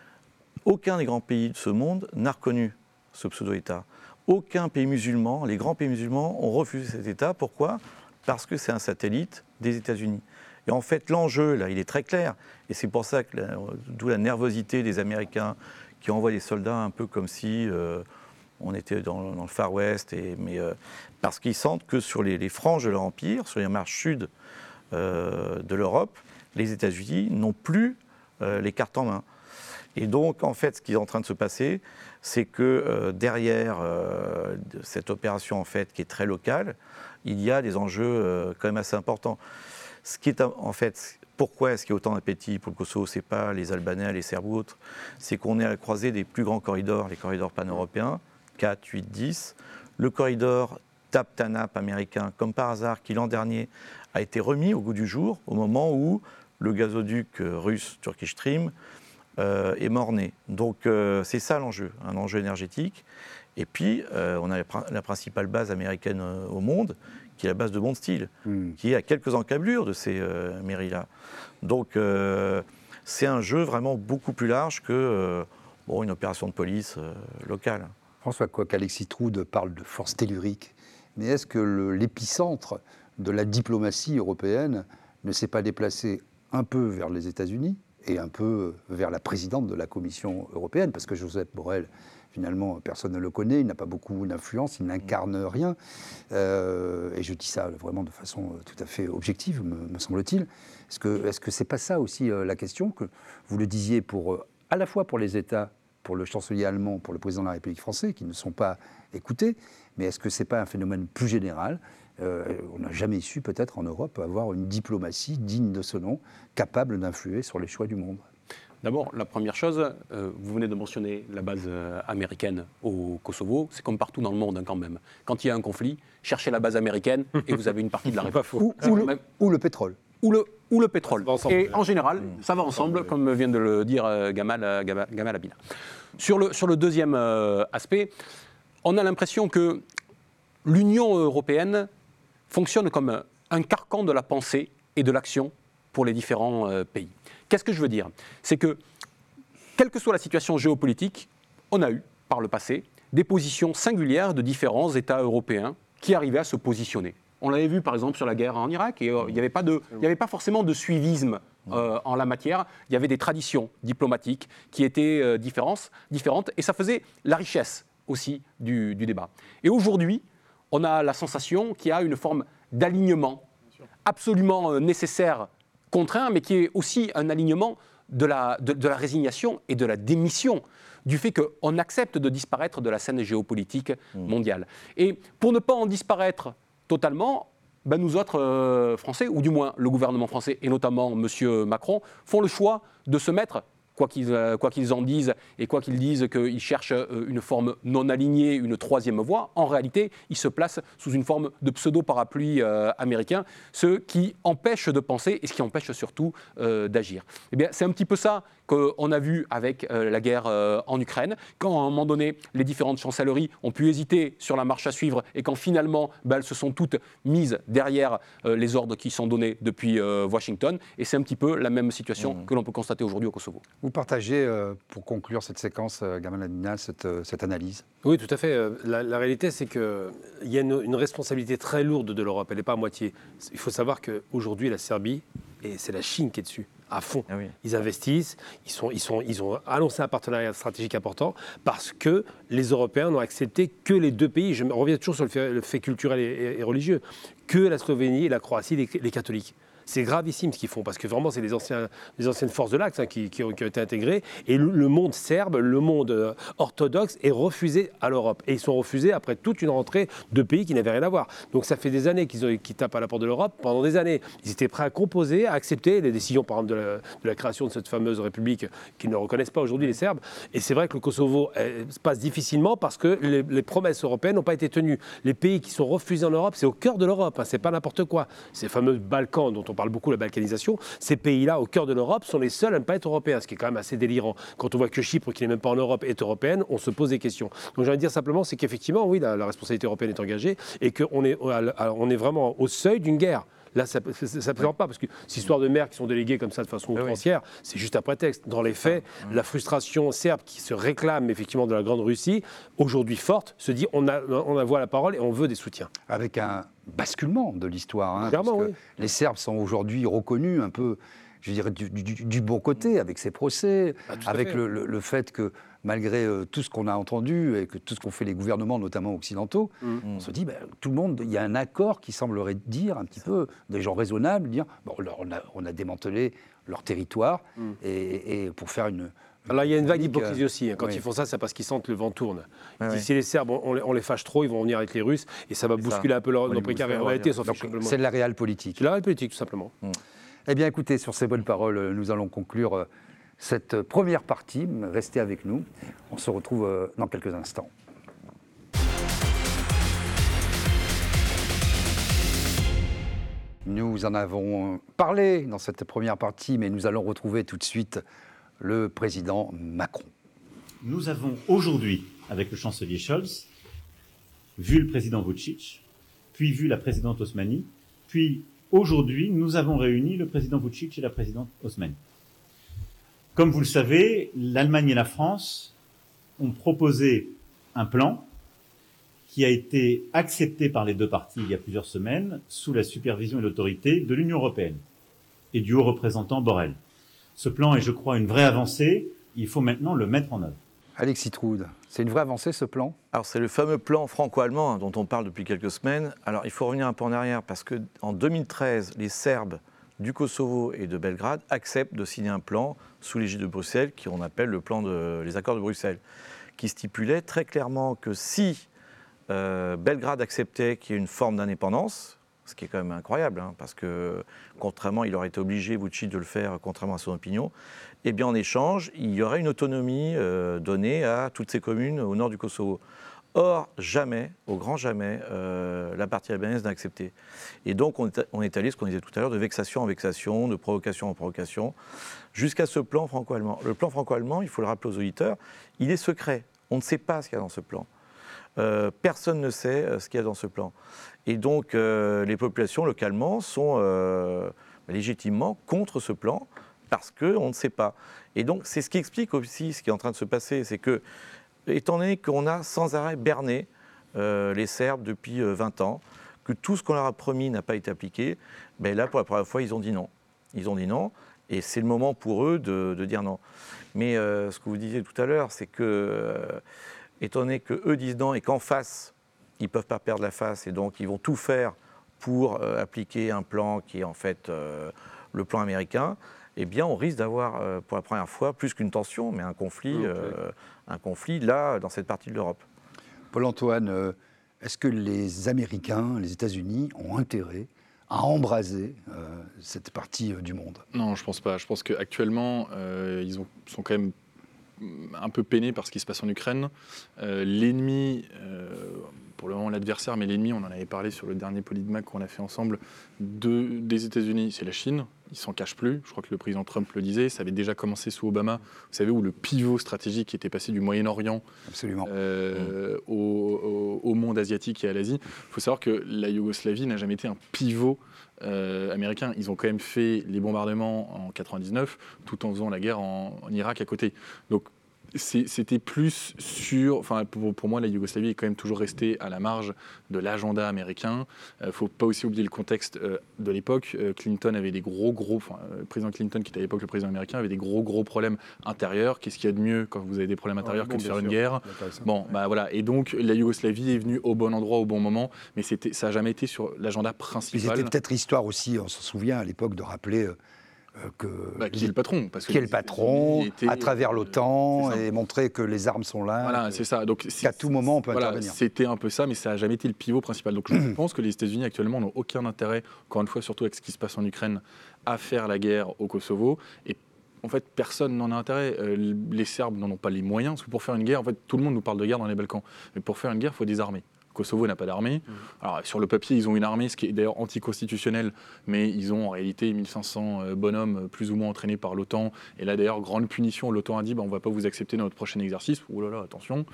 aucun des grands pays de ce monde n'a reconnu ce pseudo-État. Aucun pays musulman, les grands pays musulmans ont refusé cet État. Pourquoi ? Parce que c'est un satellite des États-Unis. Et en fait, l'enjeu, là, il est très clair. Et c'est pour ça que, la, d'où la nervosité des Américains qui envoient des soldats un peu comme si euh, on était dans, dans le Far West. Et, mais, euh, parce qu'ils sentent que sur les, les franges de leur empire, sur les marches sud euh, de l'Europe, les États-Unis n'ont plus euh, les cartes en main. Et donc, en fait, ce qui est en train de se passer, c'est que euh, derrière euh, cette opération, en fait, qui est très locale, il y a des enjeux euh, quand même assez importants. Ce qui est, en fait, pourquoi est-ce qu'il y a autant d'appétit pour le Kosovo ? Ce n'est pas les Albanais, les Serbes ou autres. C'est qu'on est à la croisée des plus grands corridors, les corridors pan-européens, quatre, huit, dix. Le corridor TAP-TANAP américain, comme par hasard, qui l'an dernier a été remis au goût du jour au moment où le gazoduc russe Turkish Stream euh, est mort-né. Donc euh, c'est ça l'enjeu, un enjeu énergétique. Et puis euh, on a la, la principale base américaine euh, au monde, qui est la base de Bond Steel, mmh. qui est à quelques encablures de ces euh, mairies-là. Donc euh, c'est un jeu vraiment beaucoup plus large que euh, bon, une opération de police euh, locale. François Coq, Alexis Troude parle de force tellurique, mais est-ce que le, l'épicentre de la diplomatie européenne ne s'est pas déplacé un peu vers les États-Unis et un peu vers la présidente de la Commission européenne, parce que Josep Borrell, finalement, personne ne le connaît, il n'a pas beaucoup d'influence, il n'incarne rien. Euh, et je dis ça vraiment de façon tout à fait objective, me, me semble-t-il. Est-ce que est-ce que c'est pas ça aussi euh, la question, que vous le disiez pour, euh, à la fois pour les États, pour le chancelier allemand, pour le président de la République française, qui ne sont pas écoutés, mais est-ce que c'est pas un phénomène plus général ? Euh, on n'a jamais su, peut-être, en Europe, avoir une diplomatie digne de ce nom, capable d'influer sur les choix du monde. D'abord, la première chose, euh, vous venez de mentionner la base euh, américaine au Kosovo. C'est comme partout dans le monde, hein, quand même. Quand il y a un conflit, cherchez la base américaine et vous avez une partie de la réponse. Ou, ou, le, ou le pétrole. Ou le, ou le pétrole. Et en général, ça va ensemble, comme vient de le dire euh, Gamal, euh, Gamal, Gamal Abina. Sur le, sur le deuxième euh, aspect, on a l'impression que l'Union européenne fonctionne comme un carcan de la pensée et de l'action pour les différents euh, pays. Qu'est-ce que je veux dire ? C'est que, quelle que soit la situation géopolitique, on a eu, par le passé, des positions singulières de différents États européens qui arrivaient à se positionner. On l'avait vu, par exemple, sur la guerre en Irak, et euh, il n'y avait pas de, il n'y avait pas forcément de suivisme euh, en la matière. Il y avait des traditions diplomatiques qui étaient euh, différentes, différentes, et ça faisait la richesse aussi du, du débat. Et aujourd'hui, on a la sensation qu'il y a une forme d'alignement absolument euh, nécessaire, contraint, mais qui est aussi un alignement de la, de, de la résignation et de la démission, du fait qu'on accepte de disparaître de la scène géopolitique mondiale. Et pour ne pas en disparaître totalement, ben nous autres euh, Français, ou du moins le gouvernement français, et notamment M. Macron, font le choix de se mettre, quoi qu'ils, euh, quoi qu'ils en disent, et quoi qu'ils disent qu'ils cherchent euh, une forme non alignée, une troisième voie, en réalité, ils se placent sous une forme de pseudo-parapluie euh, américain, ce qui empêche de penser et ce qui empêche surtout euh, d'agir. Eh bien, c'est un petit peu ça qu'on a vu avec euh, la guerre euh, en Ukraine, quand à un moment donné, les différentes chancelleries ont pu hésiter sur la marche à suivre et quand finalement, ben, elles se sont toutes mises derrière euh, les ordres qui sont donnés depuis euh, Washington. Et c'est un petit peu la même situation mmh. que l'on peut constater aujourd'hui au Kosovo. Vous partagez, euh, pour conclure cette séquence, euh, Gamal Abina, cette, euh, cette analyse ? Oui, tout à fait. La, la réalité, c'est qu'il y a une, une responsabilité très lourde de l'Europe. Elle n'est pas à moitié. Il faut savoir qu'aujourd'hui, la Serbie, et c'est la Chine qui est dessus, à fond. Ah oui. Ils investissent, ils, sont, ils, sont, ils ont annoncé un partenariat stratégique important parce que les Européens n'ont accepté que les deux pays, je reviens toujours sur le fait, le fait culturel et, et, et religieux, que la Slovénie et la Croatie, les, les catholiques. C'est gravissime ce qu'ils font, parce que vraiment, c'est les, anciens, les anciennes forces de l'Axe hein, qui, qui, ont, qui ont été intégrées. Et le, le monde serbe, le monde euh, orthodoxe est refusé à l'Europe. Et ils sont refusés après toute une rentrée de pays qui n'avaient rien à voir. Donc ça fait des années qu'ils, ont, qu'ils tapent à la porte de l'Europe. Pendant des années, ils étaient prêts à composer, à accepter les décisions, par exemple, de la, de la création de cette fameuse république qu'ils ne reconnaissent pas aujourd'hui, les Serbes. Et c'est vrai que le Kosovo euh, se passe difficilement parce que les, les promesses européennes n'ont pas été tenues. Les pays qui sont refusés en Europe, c'est au cœur de l'Europe. Hein, c'est pas n'importe quoi. Ces fameux Balkans dont on On parle beaucoup de la balkanisation, ces pays-là, au cœur de l'Europe, sont les seuls à ne pas être européens, ce qui est quand même assez délirant. Quand on voit que Chypre, qui n'est même pas en Europe, est européenne, on se pose des questions. Donc j'ai envie de dire simplement, c'est qu'effectivement, oui, la, la responsabilité européenne est engagée et qu'on est, on est vraiment au seuil d'une guerre. Là, ça ne plaisante pas, parce que ces histoires de maires qui sont déléguées comme ça de façon outrancière, oui. c'est juste un prétexte. Dans les faits, la frustration serbe qui se réclame effectivement de la Grande Russie, aujourd'hui forte, se dit on a, on a voix à la parole et on veut des soutiens. Avec un basculement de l'histoire. Hein, Clairement, parce que oui. Les Serbes sont aujourd'hui reconnus un peu, je dirais, du, du, du bon côté, avec ces procès, ah, avec le, le, le fait que, malgré euh, tout ce qu'on a entendu et que tout ce qu'ont fait les gouvernements, notamment occidentaux, mmh. on se dit, ben, tout le monde, il y a un accord qui semblerait dire un petit peu, des gens raisonnables, dire, bon, on a, on a démantelé leur territoire mmh. et, et pour faire une... Alors il y a une vague d'hypocrisie aussi. Hein. Quand oui. ils font ça, c'est parce qu'ils sentent que le vent tourne. Ouais, si ouais. les Serbes, on les, on les fâche trop, ils vont venir avec les Russes et ça va bousculer ça. un peu leur, nos précarés. En réalité, c'est de la réelle politique. C'est de la réelle politique, tout simplement. Mmh. Eh bien, écoutez, sur ces bonnes paroles, nous allons conclure cette première partie. Restez avec nous. On se retrouve dans quelques instants. Nous en avons parlé dans cette première partie, mais nous allons retrouver tout de suite le président Macron. Nous avons aujourd'hui, avec le chancelier Scholz, vu le président Vučić, puis vu la présidente Osmani, puis aujourd'hui, nous avons réuni le président Vučić et la présidente Osmani. Comme vous le savez, l'Allemagne et la France ont proposé un plan qui a été accepté par les deux parties il y a plusieurs semaines sous la supervision et l'autorité de l'Union européenne et du haut représentant Borrell. Ce plan est, je crois, une vraie avancée. Il faut maintenant le mettre en œuvre. Alexis Troud, c'est une vraie avancée ce plan ? Alors c'est le fameux plan franco-allemand hein, dont on parle depuis quelques semaines. Alors il faut revenir un peu en arrière parce qu'en deux mille treize, les Serbes du Kosovo et de Belgrade acceptent de signer un plan sous l'égide de Bruxelles, qu'on appelle le plan de, les accords de Bruxelles, qui stipulait très clairement que si euh, Belgrade acceptait qu'il y ait une forme d'indépendance, ce qui est quand même incroyable, hein, parce que contrairement, il aurait été obligé, Vučić, de le faire, contrairement à son opinion, eh bien en échange, il y aurait une autonomie euh, donnée à toutes ces communes au nord du Kosovo. Or, jamais, au grand jamais, euh, la partie albanaise n'a accepté. Et donc, on est, on est allé, ce qu'on disait tout à l'heure, de vexation en vexation, de provocation en provocation, jusqu'à ce plan franco-allemand. Le plan franco-allemand, il faut le rappeler aux auditeurs, il est secret. On ne sait pas ce qu'il y a dans ce plan. Euh, personne ne sait euh, ce qu'il y a dans ce plan. Et donc, euh, les populations localement sont euh, légitimement contre ce plan parce qu'on ne sait pas. Et donc, c'est ce qui explique aussi ce qui est en train de se passer. C'est que, étant donné qu'on a sans arrêt berné euh, les Serbes depuis euh, vingt ans, que tout ce qu'on leur a promis n'a pas été appliqué, ben là, pour la première fois, ils ont dit non. Ils ont dit non, et c'est le moment pour eux de, de dire non. Mais euh, ce que vous disiez tout à l'heure, c'est que, euh, étant donné qu'eux disent non et qu'en face, ils ne peuvent pas perdre la face, et donc ils vont tout faire pour euh, appliquer un plan qui est en fait euh, le plan américain, eh bien on risque d'avoir euh, pour la première fois plus qu'une tension, mais un conflit, okay. euh, un conflit là, dans cette partie de l'Europe. Paul-Antoine, euh, est-ce que les Américains, les États-Unis ont intérêt à embraser euh, cette partie euh, du monde ? Non, je ne pense pas. Je pense qu'actuellement, euh, ils ont, sont quand même un peu peinés par ce qui se passe en Ukraine. Euh, l'ennemi, euh, pour le moment l'adversaire, mais l'ennemi, on en avait parlé sur le dernier Politmac qu'on a fait ensemble, de, des États-Unis, c'est la Chine. Ils s'en cachent plus. Je crois que le président Trump le disait. Ça avait déjà commencé sous Obama. Vous savez, où le pivot stratégique était passé du Moyen-Orient euh, mmh. au, au, au monde asiatique et à l'Asie. Il faut savoir que la Yougoslavie n'a jamais été un pivot Euh, américains. Ils ont quand même fait les bombardements en quatre-vingt-dix-neuf tout en faisant la guerre en, en Irak à côté. Donc c'est, c'était plus sur... Enfin, pour, pour moi, la Yougoslavie est quand même toujours restée à la marge de l'agenda américain. Il euh, ne faut pas aussi oublier le contexte euh, de l'époque. Euh, Clinton avait des gros, gros... Enfin, euh, le président Clinton, qui était à l'époque le président américain, avait des gros, gros problèmes intérieurs. Qu'est-ce qu'il y a de mieux quand vous avez des problèmes intérieurs oh, bon, que de faire sûr. une guerre ? Bon, ouais. bah voilà. Et donc, la Yougoslavie est venue au bon endroit, au bon moment, mais c'était, ça n'a jamais été sur l'agenda principal. Mais c'était peut-être histoire aussi, on s'en souvient à l'époque, de rappeler... Euh, Que bah, qui est le patron parce que Qui est le patron, était, à travers l'OTAN, euh, et montrer que les armes sont là. Voilà, c'est ça. Donc, qu'à tout moment, on peut voilà, intervenir. C'était un peu ça, mais ça n'a jamais été le pivot principal. Donc je pense que les États-Unis, actuellement, n'ont aucun intérêt, encore une fois, surtout avec ce qui se passe en Ukraine, à faire la guerre au Kosovo. Et en fait, personne n'en a intérêt. Euh, les Serbes n'en ont pas les moyens, parce que pour faire une guerre, en fait, tout le monde nous parle de guerre dans les Balkans. Mais pour faire une guerre, il faut des armées. Kosovo n'a pas d'armée. Mmh. Alors, sur le papier, ils ont une armée, ce qui est d'ailleurs anticonstitutionnel, mais ils ont en réalité mille cinq cents bonhommes plus ou moins entraînés par l'OTAN. Et là, d'ailleurs, grande punition, l'OTAN a dit bah, on ne va pas vous accepter dans notre prochain exercice. Ouh là là, attention.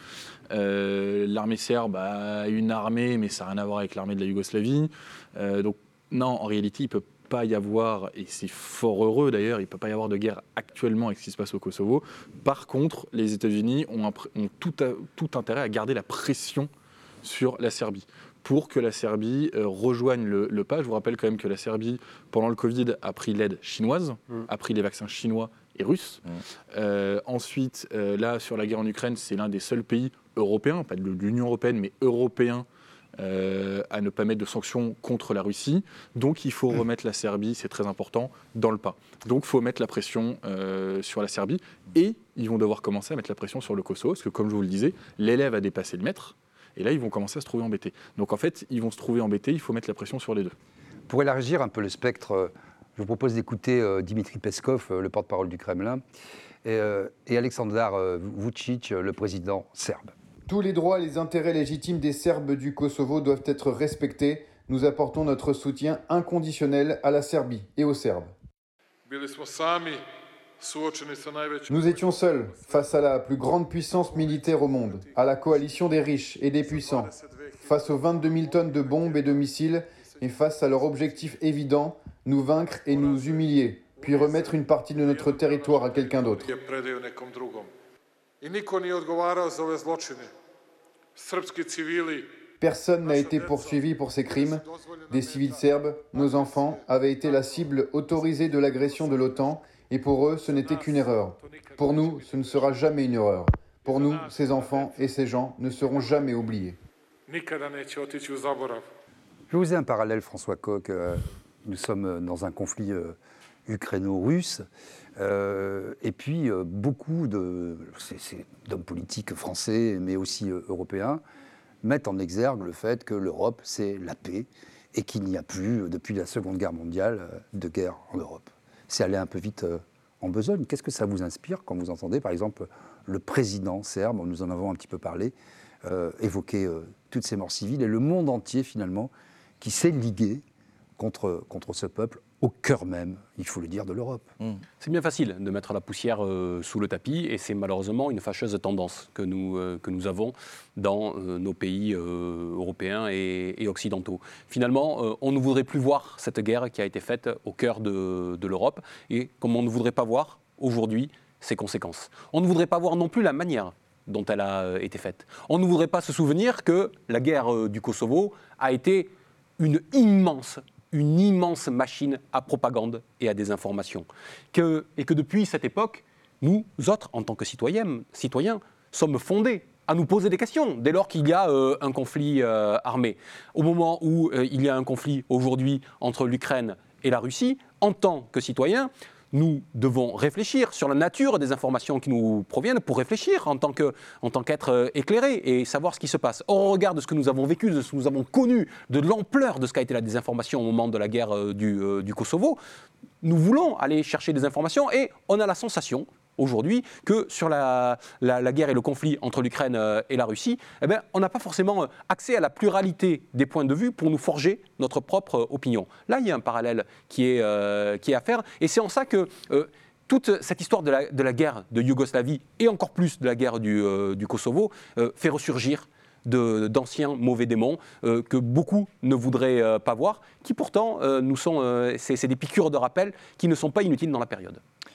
Euh, l'armée serbe a une armée, mais ça n'a rien à voir avec l'armée de la Yougoslavie. Euh, donc, non, en réalité, il peut pas y avoir, et c'est fort heureux d'ailleurs, il ne peut pas y avoir de guerre actuellement avec ce qui se passe au Kosovo. Par contre, les États-Unis ont, un, ont tout, à, tout intérêt à garder la pression sur la Serbie, pour que la Serbie euh, rejoigne le, le pas. Je vous rappelle quand même que la Serbie, pendant le Covid, a pris l'aide chinoise, mmh. a pris les vaccins chinois et russes. Mmh. Euh, ensuite, euh, là, sur la guerre en Ukraine, c'est l'un des seuls pays européens, pas de l'Union européenne, mais européens, euh, à ne pas mettre de sanctions contre la Russie. Donc, il faut mmh. remettre la Serbie, c'est très important, dans le pas. Donc, il faut mettre la pression euh, sur la Serbie, et ils vont devoir commencer à mettre la pression sur le Kosovo, parce que, comme je vous le disais, l'élève a dépassé le maître. Et là, ils vont commencer à se trouver embêtés. Donc en fait, ils vont se trouver embêtés, il faut mettre la pression sur les deux. Pour élargir un peu le spectre, je vous propose d'écouter euh, Dimitri Peskov, euh, le porte-parole du Kremlin, et, euh, et Aleksandar euh, Vučić, le président serbe. Tous les droits et les intérêts légitimes des Serbes du Kosovo doivent être respectés. nous apportons notre soutien inconditionnel à la Serbie et aux Serbes. Nous étions seuls face à la plus grande puissance militaire au monde, à la coalition des riches et des puissants, face aux vingt-deux mille tonnes de bombes et de missiles et face à leur objectif évident, nous vaincre et nous humilier, puis remettre une partie de notre territoire à quelqu'un d'autre. Personne n'a été poursuivi pour ces crimes. Des civils serbes, nos enfants, avaient été la cible autorisée de l'agression de l'OTAN et pour eux, ce n'était qu'une erreur. Pour nous, ce ne sera jamais une erreur. Pour nous, ces enfants et ces gens ne seront jamais oubliés. Je vous ai un parallèle, François Koch. Nous sommes dans un conflit ukraino-russe. Euh, et puis, beaucoup de, c'est, c'est, d'hommes politiques français, mais aussi européens, mettent en exergue le fait que l'Europe, c'est la paix et qu'il n'y a plus, depuis la Seconde Guerre mondiale, de guerre en Europe. C'est aller un peu vite en besogne. Qu'est-ce que ça vous inspire quand vous entendez, par exemple, le président serbe, nous en avons un petit peu parlé, euh, évoquer euh, toutes ces morts civiles et le monde entier, finalement, qui s'est ligué contre, contre ce peuple au cœur même, il faut le dire, de l'Europe. Mmh. C'est bien facile de mettre la poussière euh, sous le tapis et c'est malheureusement une fâcheuse tendance que nous, euh, que nous avons dans euh, nos pays euh, européens et, et occidentaux. Finalement, euh, on ne voudrait plus voir cette guerre qui a été faite au cœur de, de l'Europe et comme on ne voudrait pas voir aujourd'hui ses conséquences. On ne voudrait pas voir non plus la manière dont elle a euh, été faite. On ne voudrait pas se souvenir que la guerre euh, du Kosovo a été une immense une immense machine à propagande et à désinformation. Que, et que depuis cette époque, nous autres, en tant que citoyens, citoyens sommes fondés à nous poser des questions dès lors qu'il y a euh, un conflit euh, armé. Au moment où euh, il y a un conflit aujourd'hui entre l'Ukraine et la Russie, en tant que citoyens, nous devons réfléchir sur la nature des informations qui nous proviennent pour réfléchir en tant que, en tant qu'être éclairé et savoir ce qui se passe. Or, au regard de ce que nous avons vécu, de ce que nous avons connu, de l'ampleur de ce qu'a été la désinformation au moment de la guerre du, euh, du Kosovo, nous voulons aller chercher des informations et on a la sensation aujourd'hui que sur la, la, la guerre et le conflit entre l'Ukraine et la Russie, eh bien, on n'a pas forcément accès à la pluralité des points de vue pour nous forger notre propre opinion. Là, il y a un parallèle qui est, euh, qui est à faire et c'est en ça que euh, toute cette histoire de la, de la guerre de Yougoslavie et encore plus de la guerre du, euh, du Kosovo euh, fait ressurgir De, d'anciens mauvais démons euh, que beaucoup ne voudraient euh, pas voir, qui pourtant euh, nous sont, euh, c'est, c'est des piqûres de rappel qui ne sont pas inutiles dans la période.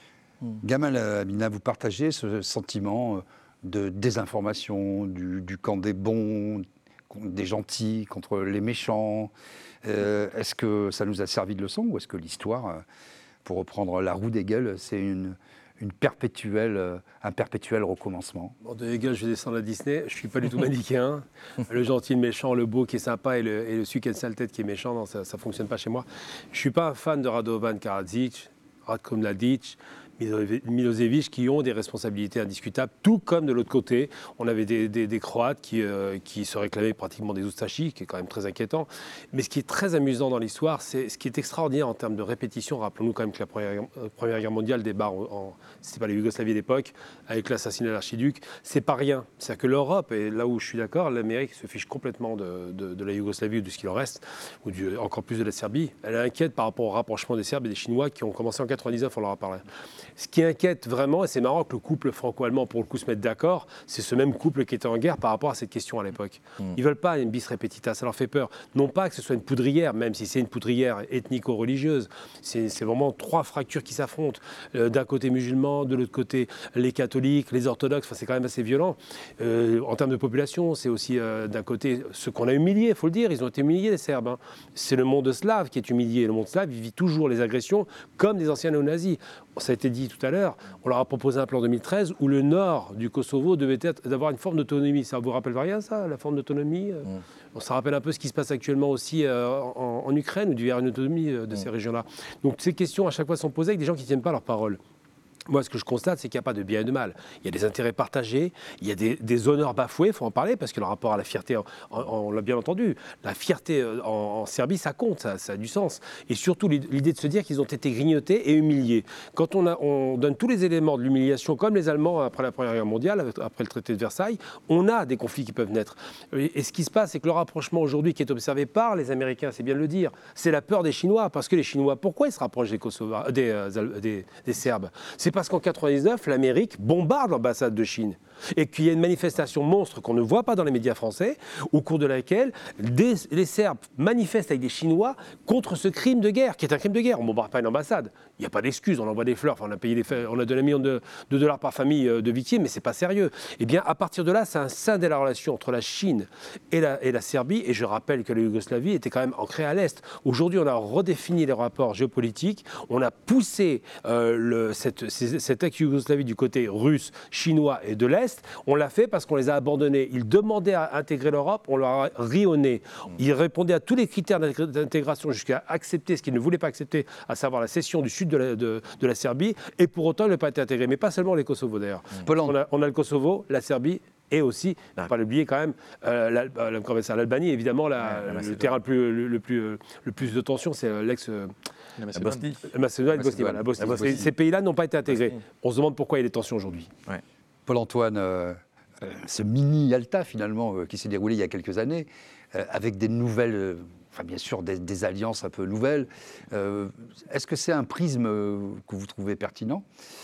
Gamal Amina, vous partagez ce sentiment de désinformation, du, du camp des bons, des gentils contre les méchants. Euh, est-ce que ça nous a servi de leçon ou est-ce que l'histoire, pour reprendre la roue d'Hegel, c'est une, une perpétuelle, un perpétuel recommencement? Bon, de Hegel, je vais descendre à Disney. Je ne suis pas du tout manichéen. Le gentil, le méchant, le beau qui est sympa et le, et le celui qui a une sale tête qui est méchant, non, ça ne fonctionne pas chez moi. Je ne suis pas un fan de Radovan Karadzic, Ratko Mladic, Milosevic, qui ont des responsabilités indiscutables, tout comme de l'autre côté, on avait des, des, des Croates qui, euh, qui se réclamaient pratiquement des Oustachis, qui est quand même très inquiétant. Mais ce qui est très amusant dans l'histoire, c'est ce qui est extraordinaire en termes de répétition. Rappelons-nous quand même que la Première, euh, première Guerre mondiale débarque, en, c'était pas la Yougoslavie d'époque, avec l'assassinat de l'archiduc, c'est pas rien. C'est-à-dire que l'Europe, et là où je suis d'accord, l'Amérique se fiche complètement de, de, de la Yougoslavie ou de ce qu'il en reste, ou du, encore plus de la Serbie. Elle est inquiète par rapport au rapprochement des Serbes et des Chinois qui ont commencé en quatre-vingt-dix-neuf, on leur a parlé. Ce qui inquiète vraiment, et c'est marrant que le couple franco-allemand, pour le coup, se mette d'accord, c'est ce même couple qui était en guerre par rapport à cette question à l'époque. Mmh. Ils ne veulent pas une bis repetita, ça leur fait peur. Non pas que ce soit une poudrière, même si c'est une poudrière ethnico-religieuse. C'est, c'est vraiment trois fractures qui s'affrontent. Euh, d'un côté musulman, de l'autre côté les catholiques, les orthodoxes, enfin, c'est quand même assez violent. Euh, en termes de population, c'est aussi euh, d'un côté ceux qu'on a humiliés, il faut le dire, ils ont été humiliés les Serbes. Hein. C'est le monde slave qui est humilié. Le monde slave, il vit toujours les agressions comme des anciens néo-nazis. Ça a été dit tout à l'heure, on leur a proposé un plan deux mille treize où le nord du Kosovo devait être d'avoir une forme d'autonomie. Ça vous rappelle rien, ça, la forme d'autonomie? mmh. Ça rappelle un peu ce qui se passe actuellement aussi euh, en, en Ukraine, où il y a une autonomie euh, de mmh. ces régions-là. Donc ces questions, à chaque fois, sont posées avec des gens qui ne tiennent pas leur parole. Moi, ce que je constate, c'est qu'il n'y a pas de bien et de mal. Il y a des intérêts partagés, il y a des, des honneurs bafoués, il faut en parler, parce que le rapport à la fierté, on, on l'a bien entendu, la fierté en, en Serbie, ça compte, ça, ça a du sens. Et surtout, l'idée de se dire qu'ils ont été grignotés et humiliés. Quand on, a, on donne tous les éléments de l'humiliation, comme les Allemands après la Première Guerre mondiale, après le traité de Versailles, on a des conflits qui peuvent naître. Et, et ce qui se passe, c'est que le rapprochement aujourd'hui qui est observé par les Américains, c'est bien de le dire, c'est la peur des Chinois. Parce que les Chinois, pourquoi ils se rapprochent des, Kosovars, des, euh, des, des Serbes ? C'est parce qu'en quatre-vingt-dix-neuf, l'Amérique bombarde l'ambassade de Chine et qu'il y a une manifestation monstre qu'on ne voit pas dans les médias français, au cours de laquelle des, les Serbes manifestent avec des Chinois contre ce crime de guerre, qui est un crime de guerre. On ne bombarde pas une ambassade. Il n'y a pas d'excuse, on envoie des fleurs, enfin, on a payé des, on a donné un million de, de dollars par famille de victimes, mais ce n'est pas sérieux. Eh bien, à partir de là, c'est un sein de la relation entre la Chine et la, et la Serbie, et je rappelle que la Yougoslavie était quand même ancrée à l'Est. Aujourd'hui, on a redéfini les rapports géopolitiques, on a poussé euh, le, cette, cette ex-Yougoslavie du côté russe, chinois et de l'Est. On l'a fait parce qu'on les a abandonnés. Ils demandaient à intégrer l'Europe, on leur a ri au nez. Ils répondaient à tous les critères d'intégration jusqu'à accepter ce qu'ils ne voulaient pas accepter, à savoir la cession du sud de la, de, de la Serbie, et pour autant, ils n'ont pas été intégrés. Mais pas seulement les Kosovo d'ailleurs. Mmh. On, a, on a le Kosovo, la Serbie, et aussi, il ne faut pas l'oublier quand même, euh, l'Albanie, évidemment, la, ouais, le terrain le plus, le, le, plus, le plus de tension, c'est l'ex... La Bosnie. La Macédoine et la Bosnie. Voilà, la Bosnie. La Bosnie. Ces pays-là n'ont pas été intégrés. On se demande pourquoi il y a des tensions aujourd'hui. Ouais. Paul-Antoine, euh, euh, ce mini-Yalta, finalement, euh, qui s'est déroulé il y a quelques années, euh, avec des nouvelles, euh, enfin bien sûr, des, des alliances un peu nouvelles, euh, est-ce que c'est un prisme euh, que vous trouvez pertinent ?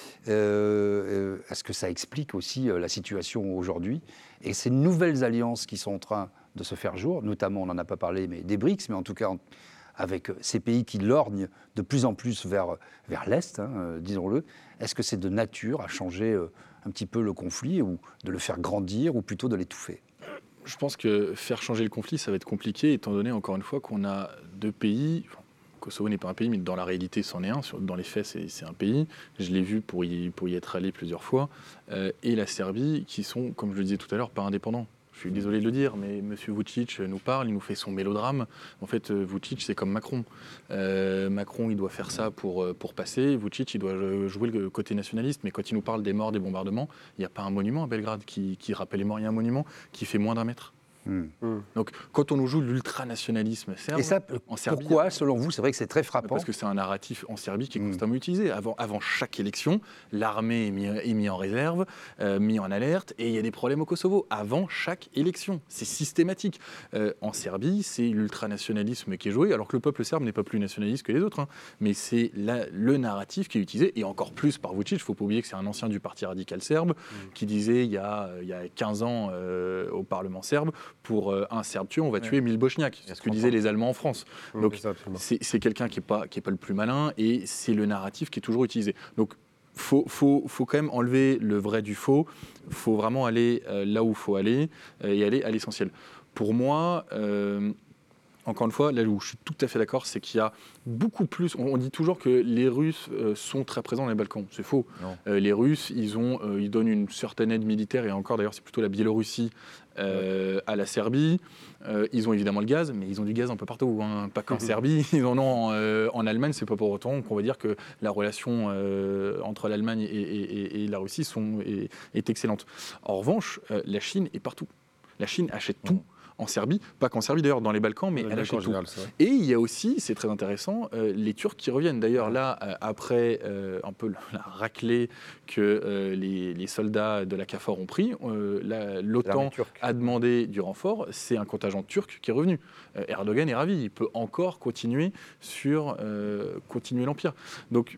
euh, Est-ce que ça explique aussi euh, la situation aujourd'hui ? Et ces nouvelles alliances qui sont en train de se faire jour, notamment, on n'en a pas parlé, mais des BRICS, mais en tout cas en, avec ces pays qui lorgnent de plus en plus vers, vers l'Est, hein, euh, disons-le, est-ce que c'est de nature à changer euh, un petit peu le conflit, ou de le faire grandir, ou plutôt de l'étouffer ? Je pense que faire changer le conflit, ça va être compliqué, étant donné, encore une fois, qu'on a deux pays. Kosovo n'est pas un pays, mais dans la réalité, c'en est un. Dans les faits, c'est, c'est un pays. Je l'ai vu pour y, pour y être allé plusieurs fois. Euh, et la Serbie, qui sont, comme je le disais tout à l'heure, pas indépendants. Je suis désolé de le dire, mais M. Vučić nous parle, il nous fait son mélodrame. En fait, Vučić, c'est comme Macron. Euh, Macron, il doit faire ça pour, pour passer. Vučić, il doit jouer le côté nationaliste. Mais quand il nous parle des morts, des bombardements, il n'y a pas un monument à Belgrade qui, qui rappelle les morts. Il y a un monument qui fait moins d'un mètre. Mmh. Donc, quand on nous joue l'ultranationalisme serbe, et ça, en Serbie, pourquoi, selon vous, c'est vrai que c'est très frappant ? Parce que c'est un narratif en Serbie qui est constamment mmh. utilisé. Avant, avant chaque élection, l'armée est mis, est mis en réserve, euh, mis en alerte, et il y a des problèmes au Kosovo. Avant chaque élection, c'est systématique. Euh, en Serbie, c'est l'ultranationalisme qui est joué, alors que le peuple serbe n'est pas plus nationaliste que les autres, hein, mais c'est la, le narratif qui est utilisé, et encore plus par Vučić. Il ne faut pas oublier que c'est un ancien du Parti radical serbe, mmh. qui disait il y a, il y a quinze ans euh, au Parlement serbe, pour euh, un Serbe tué, on va ouais. tuer mille Bosniaques. C'est ce que disaient les Allemands en France. Oui, donc, c'est, c'est quelqu'un qui n'est pas, qui est pas le plus malin, et c'est le narratif qui est toujours utilisé. Donc, il faut, faut, faut quand même enlever le vrai du faux. Il faut vraiment aller euh, là où il faut aller, euh, et aller à l'essentiel. Pour moi... Euh, Encore une fois, là où je suis tout à fait d'accord, c'est qu'il y a beaucoup plus... On dit toujours que les Russes euh, sont très présents dans les Balkans. C'est faux. Euh, les Russes, ils, ont, euh, ils donnent une certaine aide militaire, et encore d'ailleurs, c'est plutôt la Biélorussie euh, ouais. à la Serbie. Euh, ils ont évidemment le gaz, mais ils ont du gaz un peu partout, hein. Pas qu'en mmh. Serbie. Ils en ont en, euh, en Allemagne. C'est pas pour autant qu'on va dire que la relation euh, entre l'Allemagne et, et, et la Russie sont, est, est excellente. En revanche, euh, la Chine est partout. La Chine achète tout. Mmh. En Serbie, pas qu'en Serbie d'ailleurs, dans les Balkans, mais elle achète tout. Et il y a aussi, c'est très intéressant, euh, les Turcs qui reviennent. D'ailleurs là, euh, après euh, un peu la raclée que euh, les, les soldats de la KFOR ont pris, euh, la, l'OTAN a demandé du renfort, c'est un contingent turc qui est revenu. Euh, Erdogan est ravi, il peut encore continuer sur euh, continuer l'empire. Donc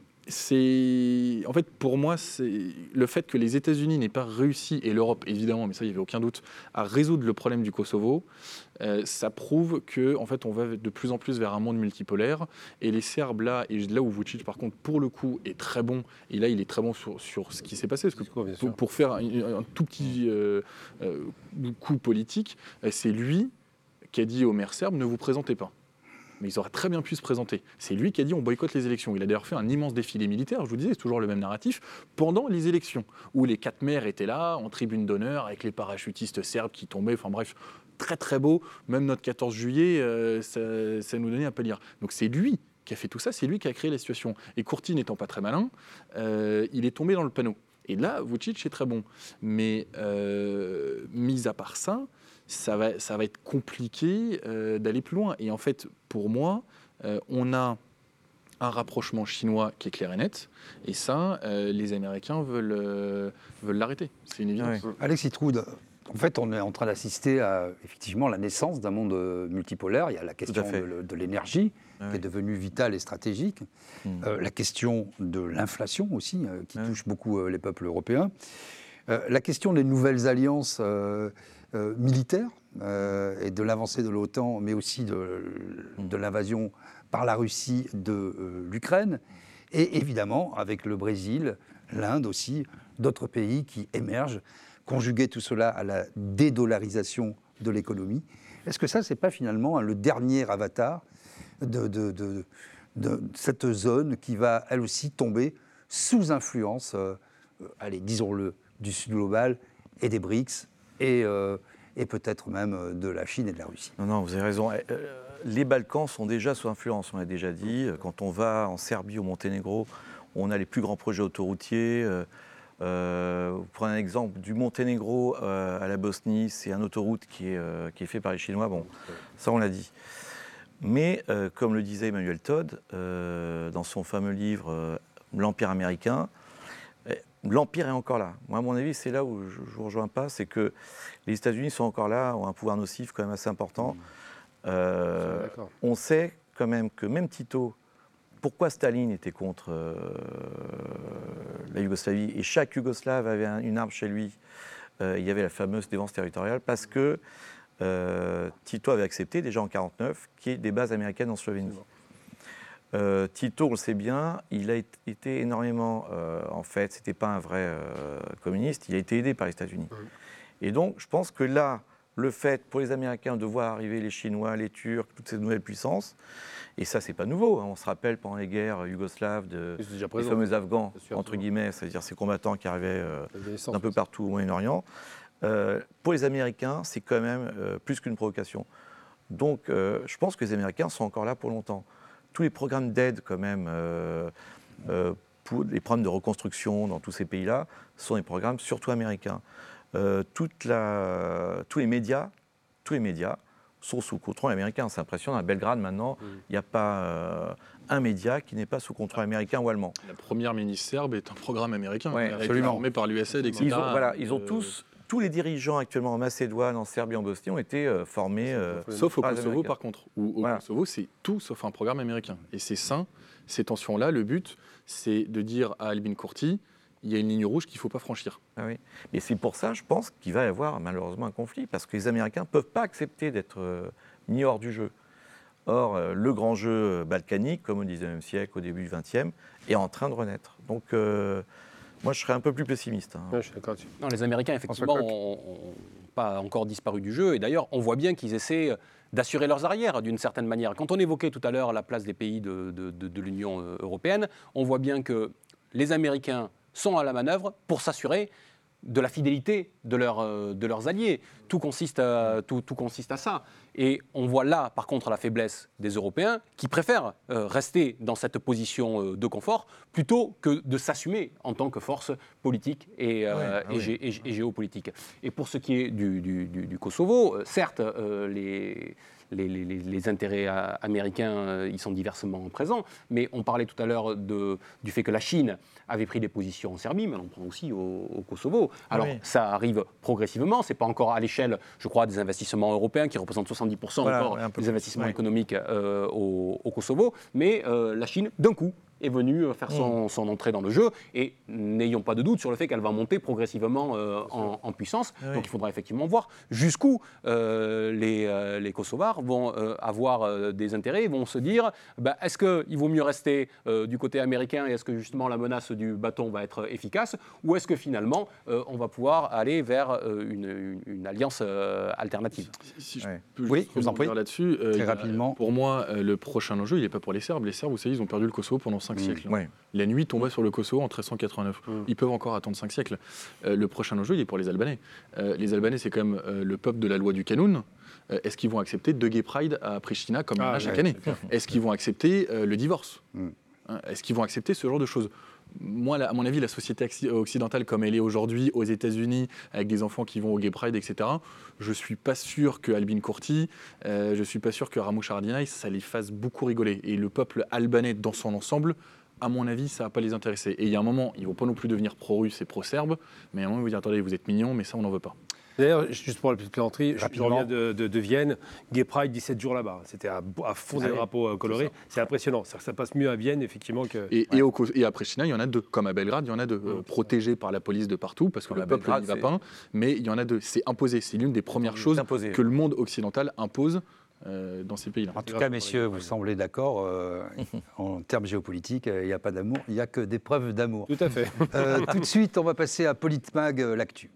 c'est, en fait, pour moi, c'est le fait que les États-Unis n'aient pas réussi, et l'Europe évidemment, mais ça il n'y avait aucun doute, à résoudre le problème du Kosovo, euh, ça prouve que, en fait, on va de plus en plus vers un monde multipolaire. Et les Serbes là, et là où Vučić par contre pour le coup est très bon, et là il est très bon sur, sur ce qui s'est passé, parce que pour, pour faire un, un tout petit euh, euh, coup politique, c'est lui qui a dit aux maires serbes ne vous présentez pas. Mais ils auraient très bien pu se présenter. C'est lui qui a dit on boycotte les élections. Il a d'ailleurs fait un immense défilé militaire, je vous disais, c'est toujours le même narratif, pendant les élections, où les quatre maires étaient là, en tribune d'honneur, avec les parachutistes serbes qui tombaient, enfin bref, très très beau. Même notre quatorze juillet, euh, ça, ça nous donnait un peu lire. Donc c'est lui qui a fait tout ça, c'est lui qui a créé la situation. Et Kurti n'étant pas très malin, euh, il est tombé dans le panneau. Et là, Vučić est très bon. Mais euh, mis à part ça, ça va, ça va être compliqué euh, d'aller plus loin. Et en fait, pour moi, euh, on a un rapprochement chinois qui est clair et net. Et ça, euh, les Américains veulent, euh, veulent l'arrêter. C'est une évidence. Ouais. Alexis Troud, en fait, on est en train d'assister à effectivement la naissance d'un monde multipolaire. Il y a la question de, de l'énergie, ah, qui oui. est devenue vitale et stratégique. Mmh. Euh, la question de l'inflation aussi, euh, qui ah. touche beaucoup euh, les peuples européens. Euh, la question des nouvelles alliances euh, euh, militaires euh, et de l'avancée de l'OTAN, mais aussi de, de l'invasion par la Russie de euh, l'Ukraine. Et évidemment, avec le Brésil, l'Inde aussi, d'autres pays qui émergent. Conjuguer tout cela à la dédollarisation de l'économie. Est-ce que ça, ce n'est pas finalement le dernier avatar de, de, de, de cette zone qui va, elle aussi, tomber sous influence, euh, allez, disons-le, du Sud global et des BRICS et, euh, et peut-être même de la Chine et de la Russie? Non, non, vous avez raison. Les Balkans sont déjà sous influence, on l'a déjà dit. Quand on va en Serbie, au Monténégro, on a les plus grands projets autoroutiers. Euh, Euh, vous prenez un exemple du Monténégro euh, à la Bosnie, c'est une autoroute qui est, euh, qui est fait par les Chinois. Bon, ça on l'a dit. Mais euh, comme le disait Emmanuel Todd euh, dans son fameux livre euh, L'Empire américain, euh, l'Empire est encore là. Moi, à mon avis, c'est là où je ne vous rejoins pas, c'est que les États-Unis sont encore là, ont un pouvoir nocif quand même assez important. Euh, on sait quand même que même Tito, pourquoi Staline était contre euh, la Yougoslavie, et chaque Yougoslave avait un, une arme chez lui, euh, il y avait la fameuse défense territoriale, parce que euh, Tito avait accepté, déjà en mille neuf cent quarante-neuf, qu'il y ait des bases américaines en Slovénie. Euh, Tito, on le sait bien, il a été énormément, euh, en fait, c'était pas un vrai euh, communiste, il a été aidé par les États-Unis. Oui. Et donc, je pense que là, le fait pour les Américains de voir arriver les Chinois, les Turcs, toutes ces nouvelles puissances, et ça, c'est pas nouveau. Hein. On se rappelle pendant les guerres yougoslaves, de, les fameux Afghans, sûr, entre guillemets, c'est-à-dire ces combattants qui arrivaient euh, d'un peu partout au Moyen-Orient. Euh, pour les Américains, c'est quand même euh, plus qu'une provocation. Donc, euh, je pense que les Américains sont encore là pour longtemps. Tous les programmes d'aide, quand même, euh, euh, pour les programmes de reconstruction dans tous ces pays-là, sont des programmes surtout américains. Euh, toute la, tous les médias, tous les médias sont sous contrôle américain. C'est impressionnant. À Belgrade, maintenant, il mmh. n'y a pas euh, un média qui n'est pas sous contrôle américain ou allemand. La première ministre serbe est un programme américain. Ouais, absolument. Formé par l'U S A I D, et cetera. Ils ont, voilà, ils ont euh... tous, tous les dirigeants actuellement en Macédoine, en Serbie, en Bosnie ont été euh, formés. Euh, sauf au Kosovo, par contre. Où, au voilà. Kosovo, c'est tout sauf un programme américain. Et c'est sain, ces tensions-là. Le but, c'est de dire à Albin Kurti, il y a une ligne rouge qu'il ne faut pas franchir. Ah oui. Mais c'est pour ça, je pense, qu'il va y avoir malheureusement un conflit, parce que les Américains ne peuvent pas accepter d'être euh, mis hors du jeu. Or, euh, le grand jeu balkanique, comme au dix-neuvième siècle, au début du vingtième, est en train de renaître. Donc, euh, moi, je serais un peu plus pessimiste. Hein. Ouais, je suis d'accord dessus. Non, les Américains, effectivement, n'ont pas encore disparu du jeu. Et d'ailleurs, on voit bien qu'ils essaient d'assurer leurs arrières, d'une certaine manière. Quand on évoquait tout à l'heure la place des pays de, de, de, de l'Union européenne, on voit bien que les Américains sont à la manœuvre pour s'assurer de la fidélité de, leur, de leurs alliés. Tout consiste, à, tout, tout consiste à ça. Et on voit là, par contre, la faiblesse des Européens qui préfèrent euh, rester dans cette position euh, de confort plutôt que de s'assumer en tant que force politique et, euh, ouais, et, oui. et, et, et géopolitique. Et pour ce qui est du, du, du, du Kosovo, euh, certes, euh, les... Les, les, les intérêts américains, euh, ils sont diversement présents, mais on parlait tout à l'heure de, du fait que la Chine avait pris des positions en Serbie, mais on en prend aussi au, au Kosovo. Alors, oui. ça arrive progressivement, ce n'est pas encore à l'échelle, je crois, des investissements européens qui représentent soixante-dix pour cent voilà, encore des investissements oui. économiques euh, au, au Kosovo, mais euh, la Chine, d'un coup, est venue faire son, son entrée dans le jeu, et n'ayons pas de doute sur le fait qu'elle va monter progressivement euh, en, en puissance. Oui. Donc il faudra effectivement voir jusqu'où euh, les, euh, les Kosovars vont euh, avoir euh, des intérêts, vont se dire bah, est-ce qu'il vaut mieux rester euh, du côté américain et est-ce que justement la menace du bâton va être efficace, ou est-ce que finalement euh, on va pouvoir aller vers euh, une, une, une alliance euh, alternative. Si, si je ouais. peux oui, juste vous en prie. Là-dessus, euh, très rapidement. Pour moi, euh, le prochain enjeu, il n'est pas pour les Serbes. Les Serbes, vous savez, ils ont perdu le Kosovo pendant cinq cinq Mmh. siècles. Ouais. La nuit tombait sur le Kosovo en treize cent quatre-vingt-neuf. Mmh. Ils peuvent encore attendre cinq siècles. Euh, le prochain enjeu, il est pour les Albanais. Euh, les Albanais, c'est quand même euh, le peuple de la loi du Kanun. Euh, est-ce qu'ils vont accepter deux gay pride à Pristina comme il y en a chaque ouais, année? Est-ce qu'ils vont accepter euh, le divorce? Mm. Hein, est-ce qu'ils vont accepter ce genre de choses? Moi, à mon avis, la société occidentale comme elle est aujourd'hui aux États-Unis, avec des enfants qui vont au gay pride, et cetera, je ne suis pas sûr que Albin Kurti, euh, je ne suis pas sûr que Ramush Haradinaj, ça les fasse beaucoup rigoler. Et le peuple albanais dans son ensemble, à mon avis, ça ne va pas les intéresser. Et il y a un moment, ils ne vont pas non plus devenir pro-russes et pro-serbes, mais à un moment, ils vont dire, attendez, vous êtes mignons, mais ça, on n'en veut pas. D'ailleurs, juste pour la petite plaisanterie, je reviens de, de, de Vienne, Gay Pride, dix-sept jours là-bas. C'était à, à fond des drapeaux colorés. C'est impressionnant. C'est-à-dire que ça passe mieux à Vienne, effectivement, que... Et, ouais. et, au, et à Pristina, il y en a deux. Comme à Belgrade, il y en a deux. Euh, protégés par la police de partout, parce que comme le peuple n'y va pas. Mais il y en a deux. C'est imposé. C'est l'une des premières choses imposé. que le monde occidental impose euh, dans ces pays-là. En tout cas, messieurs, vous semblez d'accord. Euh, en termes géopolitiques, il n'y a pas d'amour, il n'y a que des preuves d'amour. Tout à fait. euh, tout de suite, on va passer à Politmag, euh, l'actu.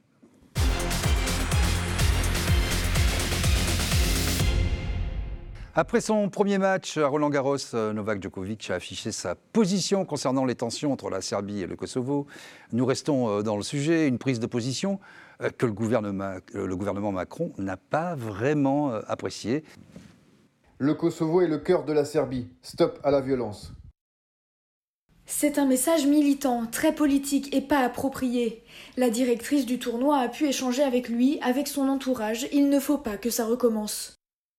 Après son premier match à Roland-Garros, Novak Djokovic a affiché sa position concernant les tensions entre la Serbie et le Kosovo. Nous restons dans le sujet, une prise de position que le gouvernement, le gouvernement Macron n'a pas vraiment appréciée. Le Kosovo est le cœur de la Serbie. Stop à la violence. C'est un message militant, très politique et pas approprié. La directrice du tournoi a pu échanger avec lui, avec son entourage. Il ne faut pas que ça recommence.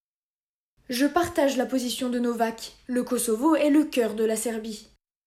Je partage la position de Novak. Le Kosovo est le cœur de la Serbie.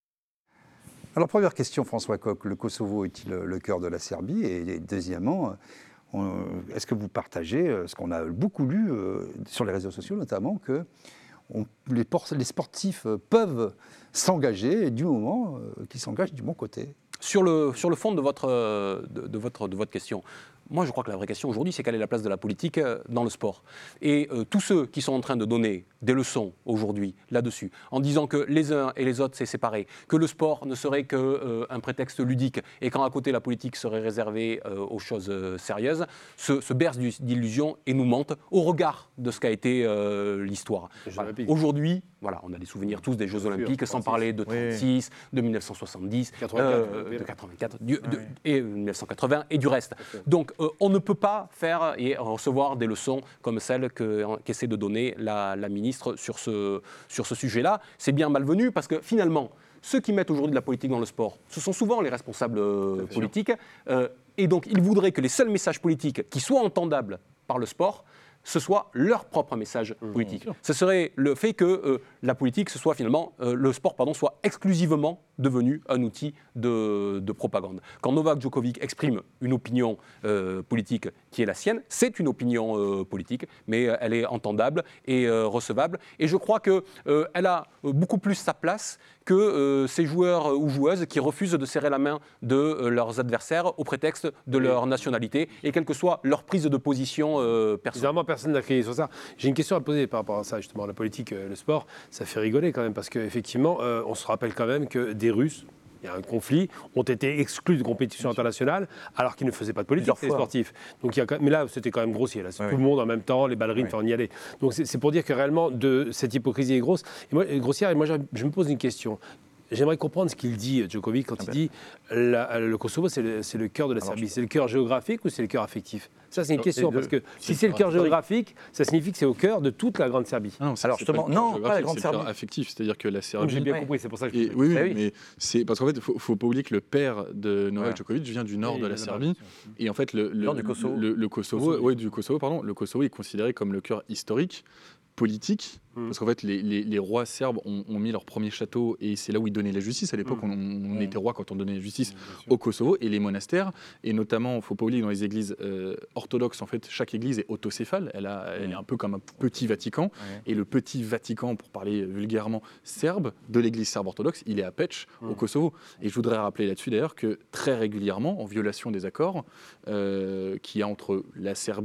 Alors, première question, François Coq, le Kosovo est-il le cœur de la Serbie? Et deuxièmement, on, est-ce que vous partagez ce qu'on a beaucoup lu euh, sur les réseaux sociaux, notamment, que on, les, les sportifs peuvent s'engager du moment euh, qu'ils s'engagent du bon côté? Sur le, sur le fond de votre, de, de, votre, de votre question, moi je crois que la vraie question aujourd'hui, c'est quelle est la place de la politique dans le sport. Et euh, tous ceux qui sont en train de donner des leçons aujourd'hui là-dessus, en disant que les uns et les autres c'est séparé, que le sport ne serait qu'un euh, prétexte ludique, et qu'en à côté la politique serait réservée euh, aux choses euh, sérieuses, se, se bercent d'illusions et nous mentent au regard de ce qu'a été euh, l'histoire. Voilà. Aujourd'hui, voilà, on a des souvenirs tous des Jeux Olympiques, sans parler de trente-six, oui. de mille neuf cent soixante-dix, quatre-vingt-quatre, euh, de quatre-vingt-quatre, du, de, oui. et mille neuf cent quatre-vingts et du reste. Donc euh, on ne peut pas faire et recevoir des leçons comme celles que, qu'essaie de donner la, la ministre sur ce, sur ce sujet-là. C'est bien malvenu parce que finalement, ceux qui mettent aujourd'hui de la politique dans le sport, ce sont souvent les responsables euh, politiques. Euh, et donc ils voudraient que les seuls messages politiques qui soient entendables par le sport, ce soit leur propre message politique. Mmh, ce serait le fait que euh, la politique, ce soit finalement, euh, le sport pardon, soit exclusivement devenu un outil de, de propagande. Quand Novak Djokovic exprime une opinion euh, politique qui est la sienne, c'est une opinion euh, politique, mais euh, elle est entendable et euh, recevable. Et je crois qu'elle euh, a beaucoup plus sa place que euh, ces joueurs ou joueuses qui refusent de serrer la main de euh, leurs adversaires au prétexte de oui. leur nationalité et quelle que soit leur prise de position euh, personnelle. Évidemment, personne n'a crié sur ça. J'ai une question à poser par rapport à ça, justement, la politique, euh, le sport, ça fait rigoler quand même, parce qu'effectivement, euh, on se rappelle quand même que des Russes, il y a un conflit, ont été exclus de compétition internationale alors qu'ils ne faisaient pas de politique, les sportifs. Donc, il y a, mais là, c'était quand même grossier. Là, c'est oui. tout le monde en même temps, les ballerines, il oui. faut y aller. Donc, c'est, c'est pour dire que réellement, de, cette hypocrisie est grosse. Et moi, grossière. Et moi, je, je me pose une question. J'aimerais comprendre ce qu'il dit, Djokovic, quand ah il ben. dit la, le Kosovo, c'est le, c'est le cœur de la Serbie. C'est le cœur géographique ou c'est le cœur affectif? Ça, c'est une question, deux, parce que si c'est le cœur géographique, ça signifie que c'est au cœur de toute la Grande Serbie. Ah non, alors justement, non, pas la Grande Serbie. C'est le cœur affectif, c'est-à-dire que la Serbie... J'ai bien compris, c'est pour ça que je... Et, oui, oui, oui, mais c'est parce qu'en fait, il ne faut pas oublier que le père de Novak ouais. Djokovic vient du nord oui, de la Serbie. Et en fait, le, le, nord du Kosovo. Le, le Kosovo, Kosovo. Ouais, du Kosovo, pardon, le Kosovo est considéré comme le cœur historique, politique, mmh. parce qu'en fait les, les, les rois serbes ont, ont mis leur premier château et c'est là où ils donnaient la justice. À l'époque, mmh. on, on était roi quand on donnait la justice mmh, au Kosovo, et les monastères, et notamment, il ne faut pas oublier que dans les églises euh, orthodoxes, en fait, chaque église est autocéphale, elle, a, mmh. elle est un peu comme un petit Vatican, mmh. et le petit Vatican, pour parler vulgairement serbe, de l'église serbe orthodoxe, il est à Peć, mmh. au Kosovo. Et je voudrais rappeler là-dessus d'ailleurs que très régulièrement, en violation des accords euh, qu'il y a entre la Serbie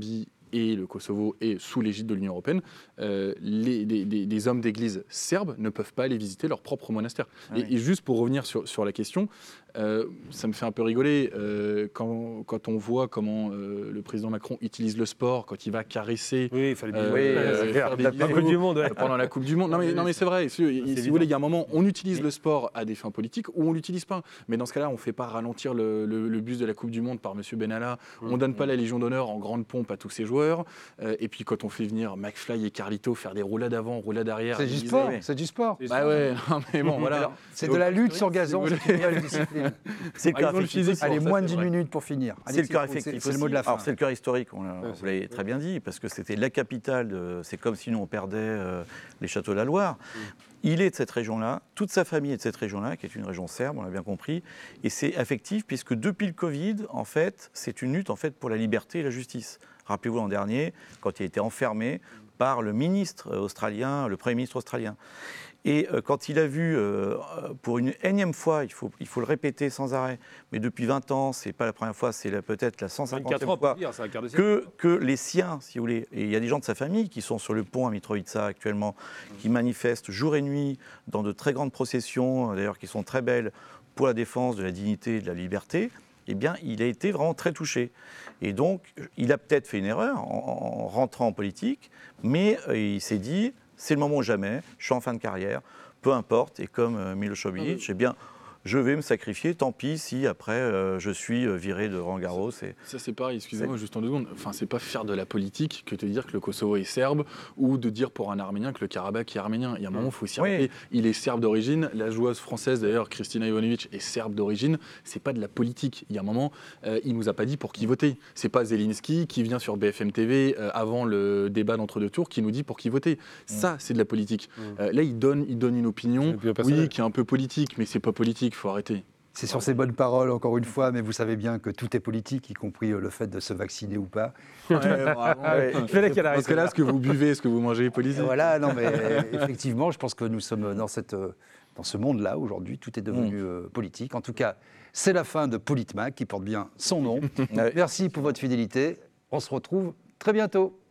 et le Kosovo est sous l'égide de l'Union européenne, euh, les, les, les, les hommes d'église serbes ne peuvent pas aller visiter leur propre monastère. Ah et, oui. et juste pour revenir sur, sur la question, euh, ça me fait un peu rigoler euh, quand, quand on voit comment euh, le président Macron utilise le sport, quand il va caresser oui, il fallait euh, oui, euh, faire des la Coupe du Monde, ouais. pendant la Coupe du Monde. Non mais, non, mais c'est vrai, si, si vous voulez, il y a un moment, on utilise le sport à des fins politiques ou on ne l'utilise pas. Mais dans ce cas-là, on ne fait pas ralentir le, le, le bus de la Coupe du Monde par M. Benalla, on ne donne pas la Légion d'honneur en grande pompe à tous ses joueurs. Euh, et puis quand on fait venir McFly et Carlito faire des roulades avant, roulades arrière... C'est du sport, c'est du sport. Bah ouais, non, mais bon, voilà. C'est de la lutte sur gazon, c'est une nouvelle discipline. C'est le cœur physique. Allez, moins de dix minutes pour finir. C'est le cœur effectif. C'est le mot de la fin. Alors c'est le cœur historique, on, on vous l'avez très bien dit, parce que c'était la capitale, de, c'est comme si nous on perdait euh, les châteaux de la Loire. Il est de cette région-là, toute sa famille est de cette région-là, qui est une région serbe, on l'a bien compris, et c'est affectif puisque depuis le Covid, en fait, c'est une lutte en fait pour la liberté et la justice. Rappelez-vous l'an dernier, quand il a été enfermé par le ministre australien, le Premier ministre australien. Et euh, quand il a vu, euh, pour une énième fois, il faut, il faut le répéter sans arrêt, mais depuis vingt ans, c'est pas la première fois, c'est la, peut-être la cent cinquantième fois, dire, que, que les siens, si vous voulez, et il y a des gens de sa famille qui sont sur le pont à Mitrovica actuellement, qui manifestent jour et nuit dans de très grandes processions, d'ailleurs qui sont très belles, pour la défense de la dignité et de la liberté, eh bien, il a été vraiment très touché. Et donc, il a peut-être fait une erreur en, en rentrant en politique, mais euh, il s'est dit... C'est le moment ou jamais, je suis en fin de carrière, peu importe, et comme euh, Milošević, eh bien, je vais me sacrifier, tant pis si après euh, je suis viré de Roland Garros. Et... Ça c'est pareil, excusez-moi juste en deux secondes, enfin c'est pas faire de la politique que de dire que le Kosovo est serbe ou de dire pour un Arménien que le Karabakh est arménien. Il y a un moment, il faut s'y arrêter. Oui. Il est serbe d'origine, la joueuse française d'ailleurs, Kristina Ivanovic, est serbe d'origine, c'est pas de la politique. Il y a un moment, euh, il nous a pas dit pour qui voter. C'est pas Zelensky qui vient sur B F M T V euh, avant le débat d'entre-deux tours qui nous dit pour qui voter. Ça c'est de la politique. Mmh. Euh, là il donne, il donne une opinion, oui, qui est un peu politique, mais c'est pas politique. Il faut arrêter. C'est sur ces bonnes paroles, encore une fois, mais vous savez bien que tout est politique, y compris le fait de se vacciner ou pas. Ouais, ouais. Parce que là, ce que vous buvez, ce que vous mangez est politique. Voilà, non, mais effectivement, je pense que nous sommes dans, cette, dans ce monde-là, aujourd'hui, tout est devenu mmh. politique. En tout cas, c'est la fin de Politmac, qui porte bien son nom. Merci pour votre fidélité. On se retrouve très bientôt.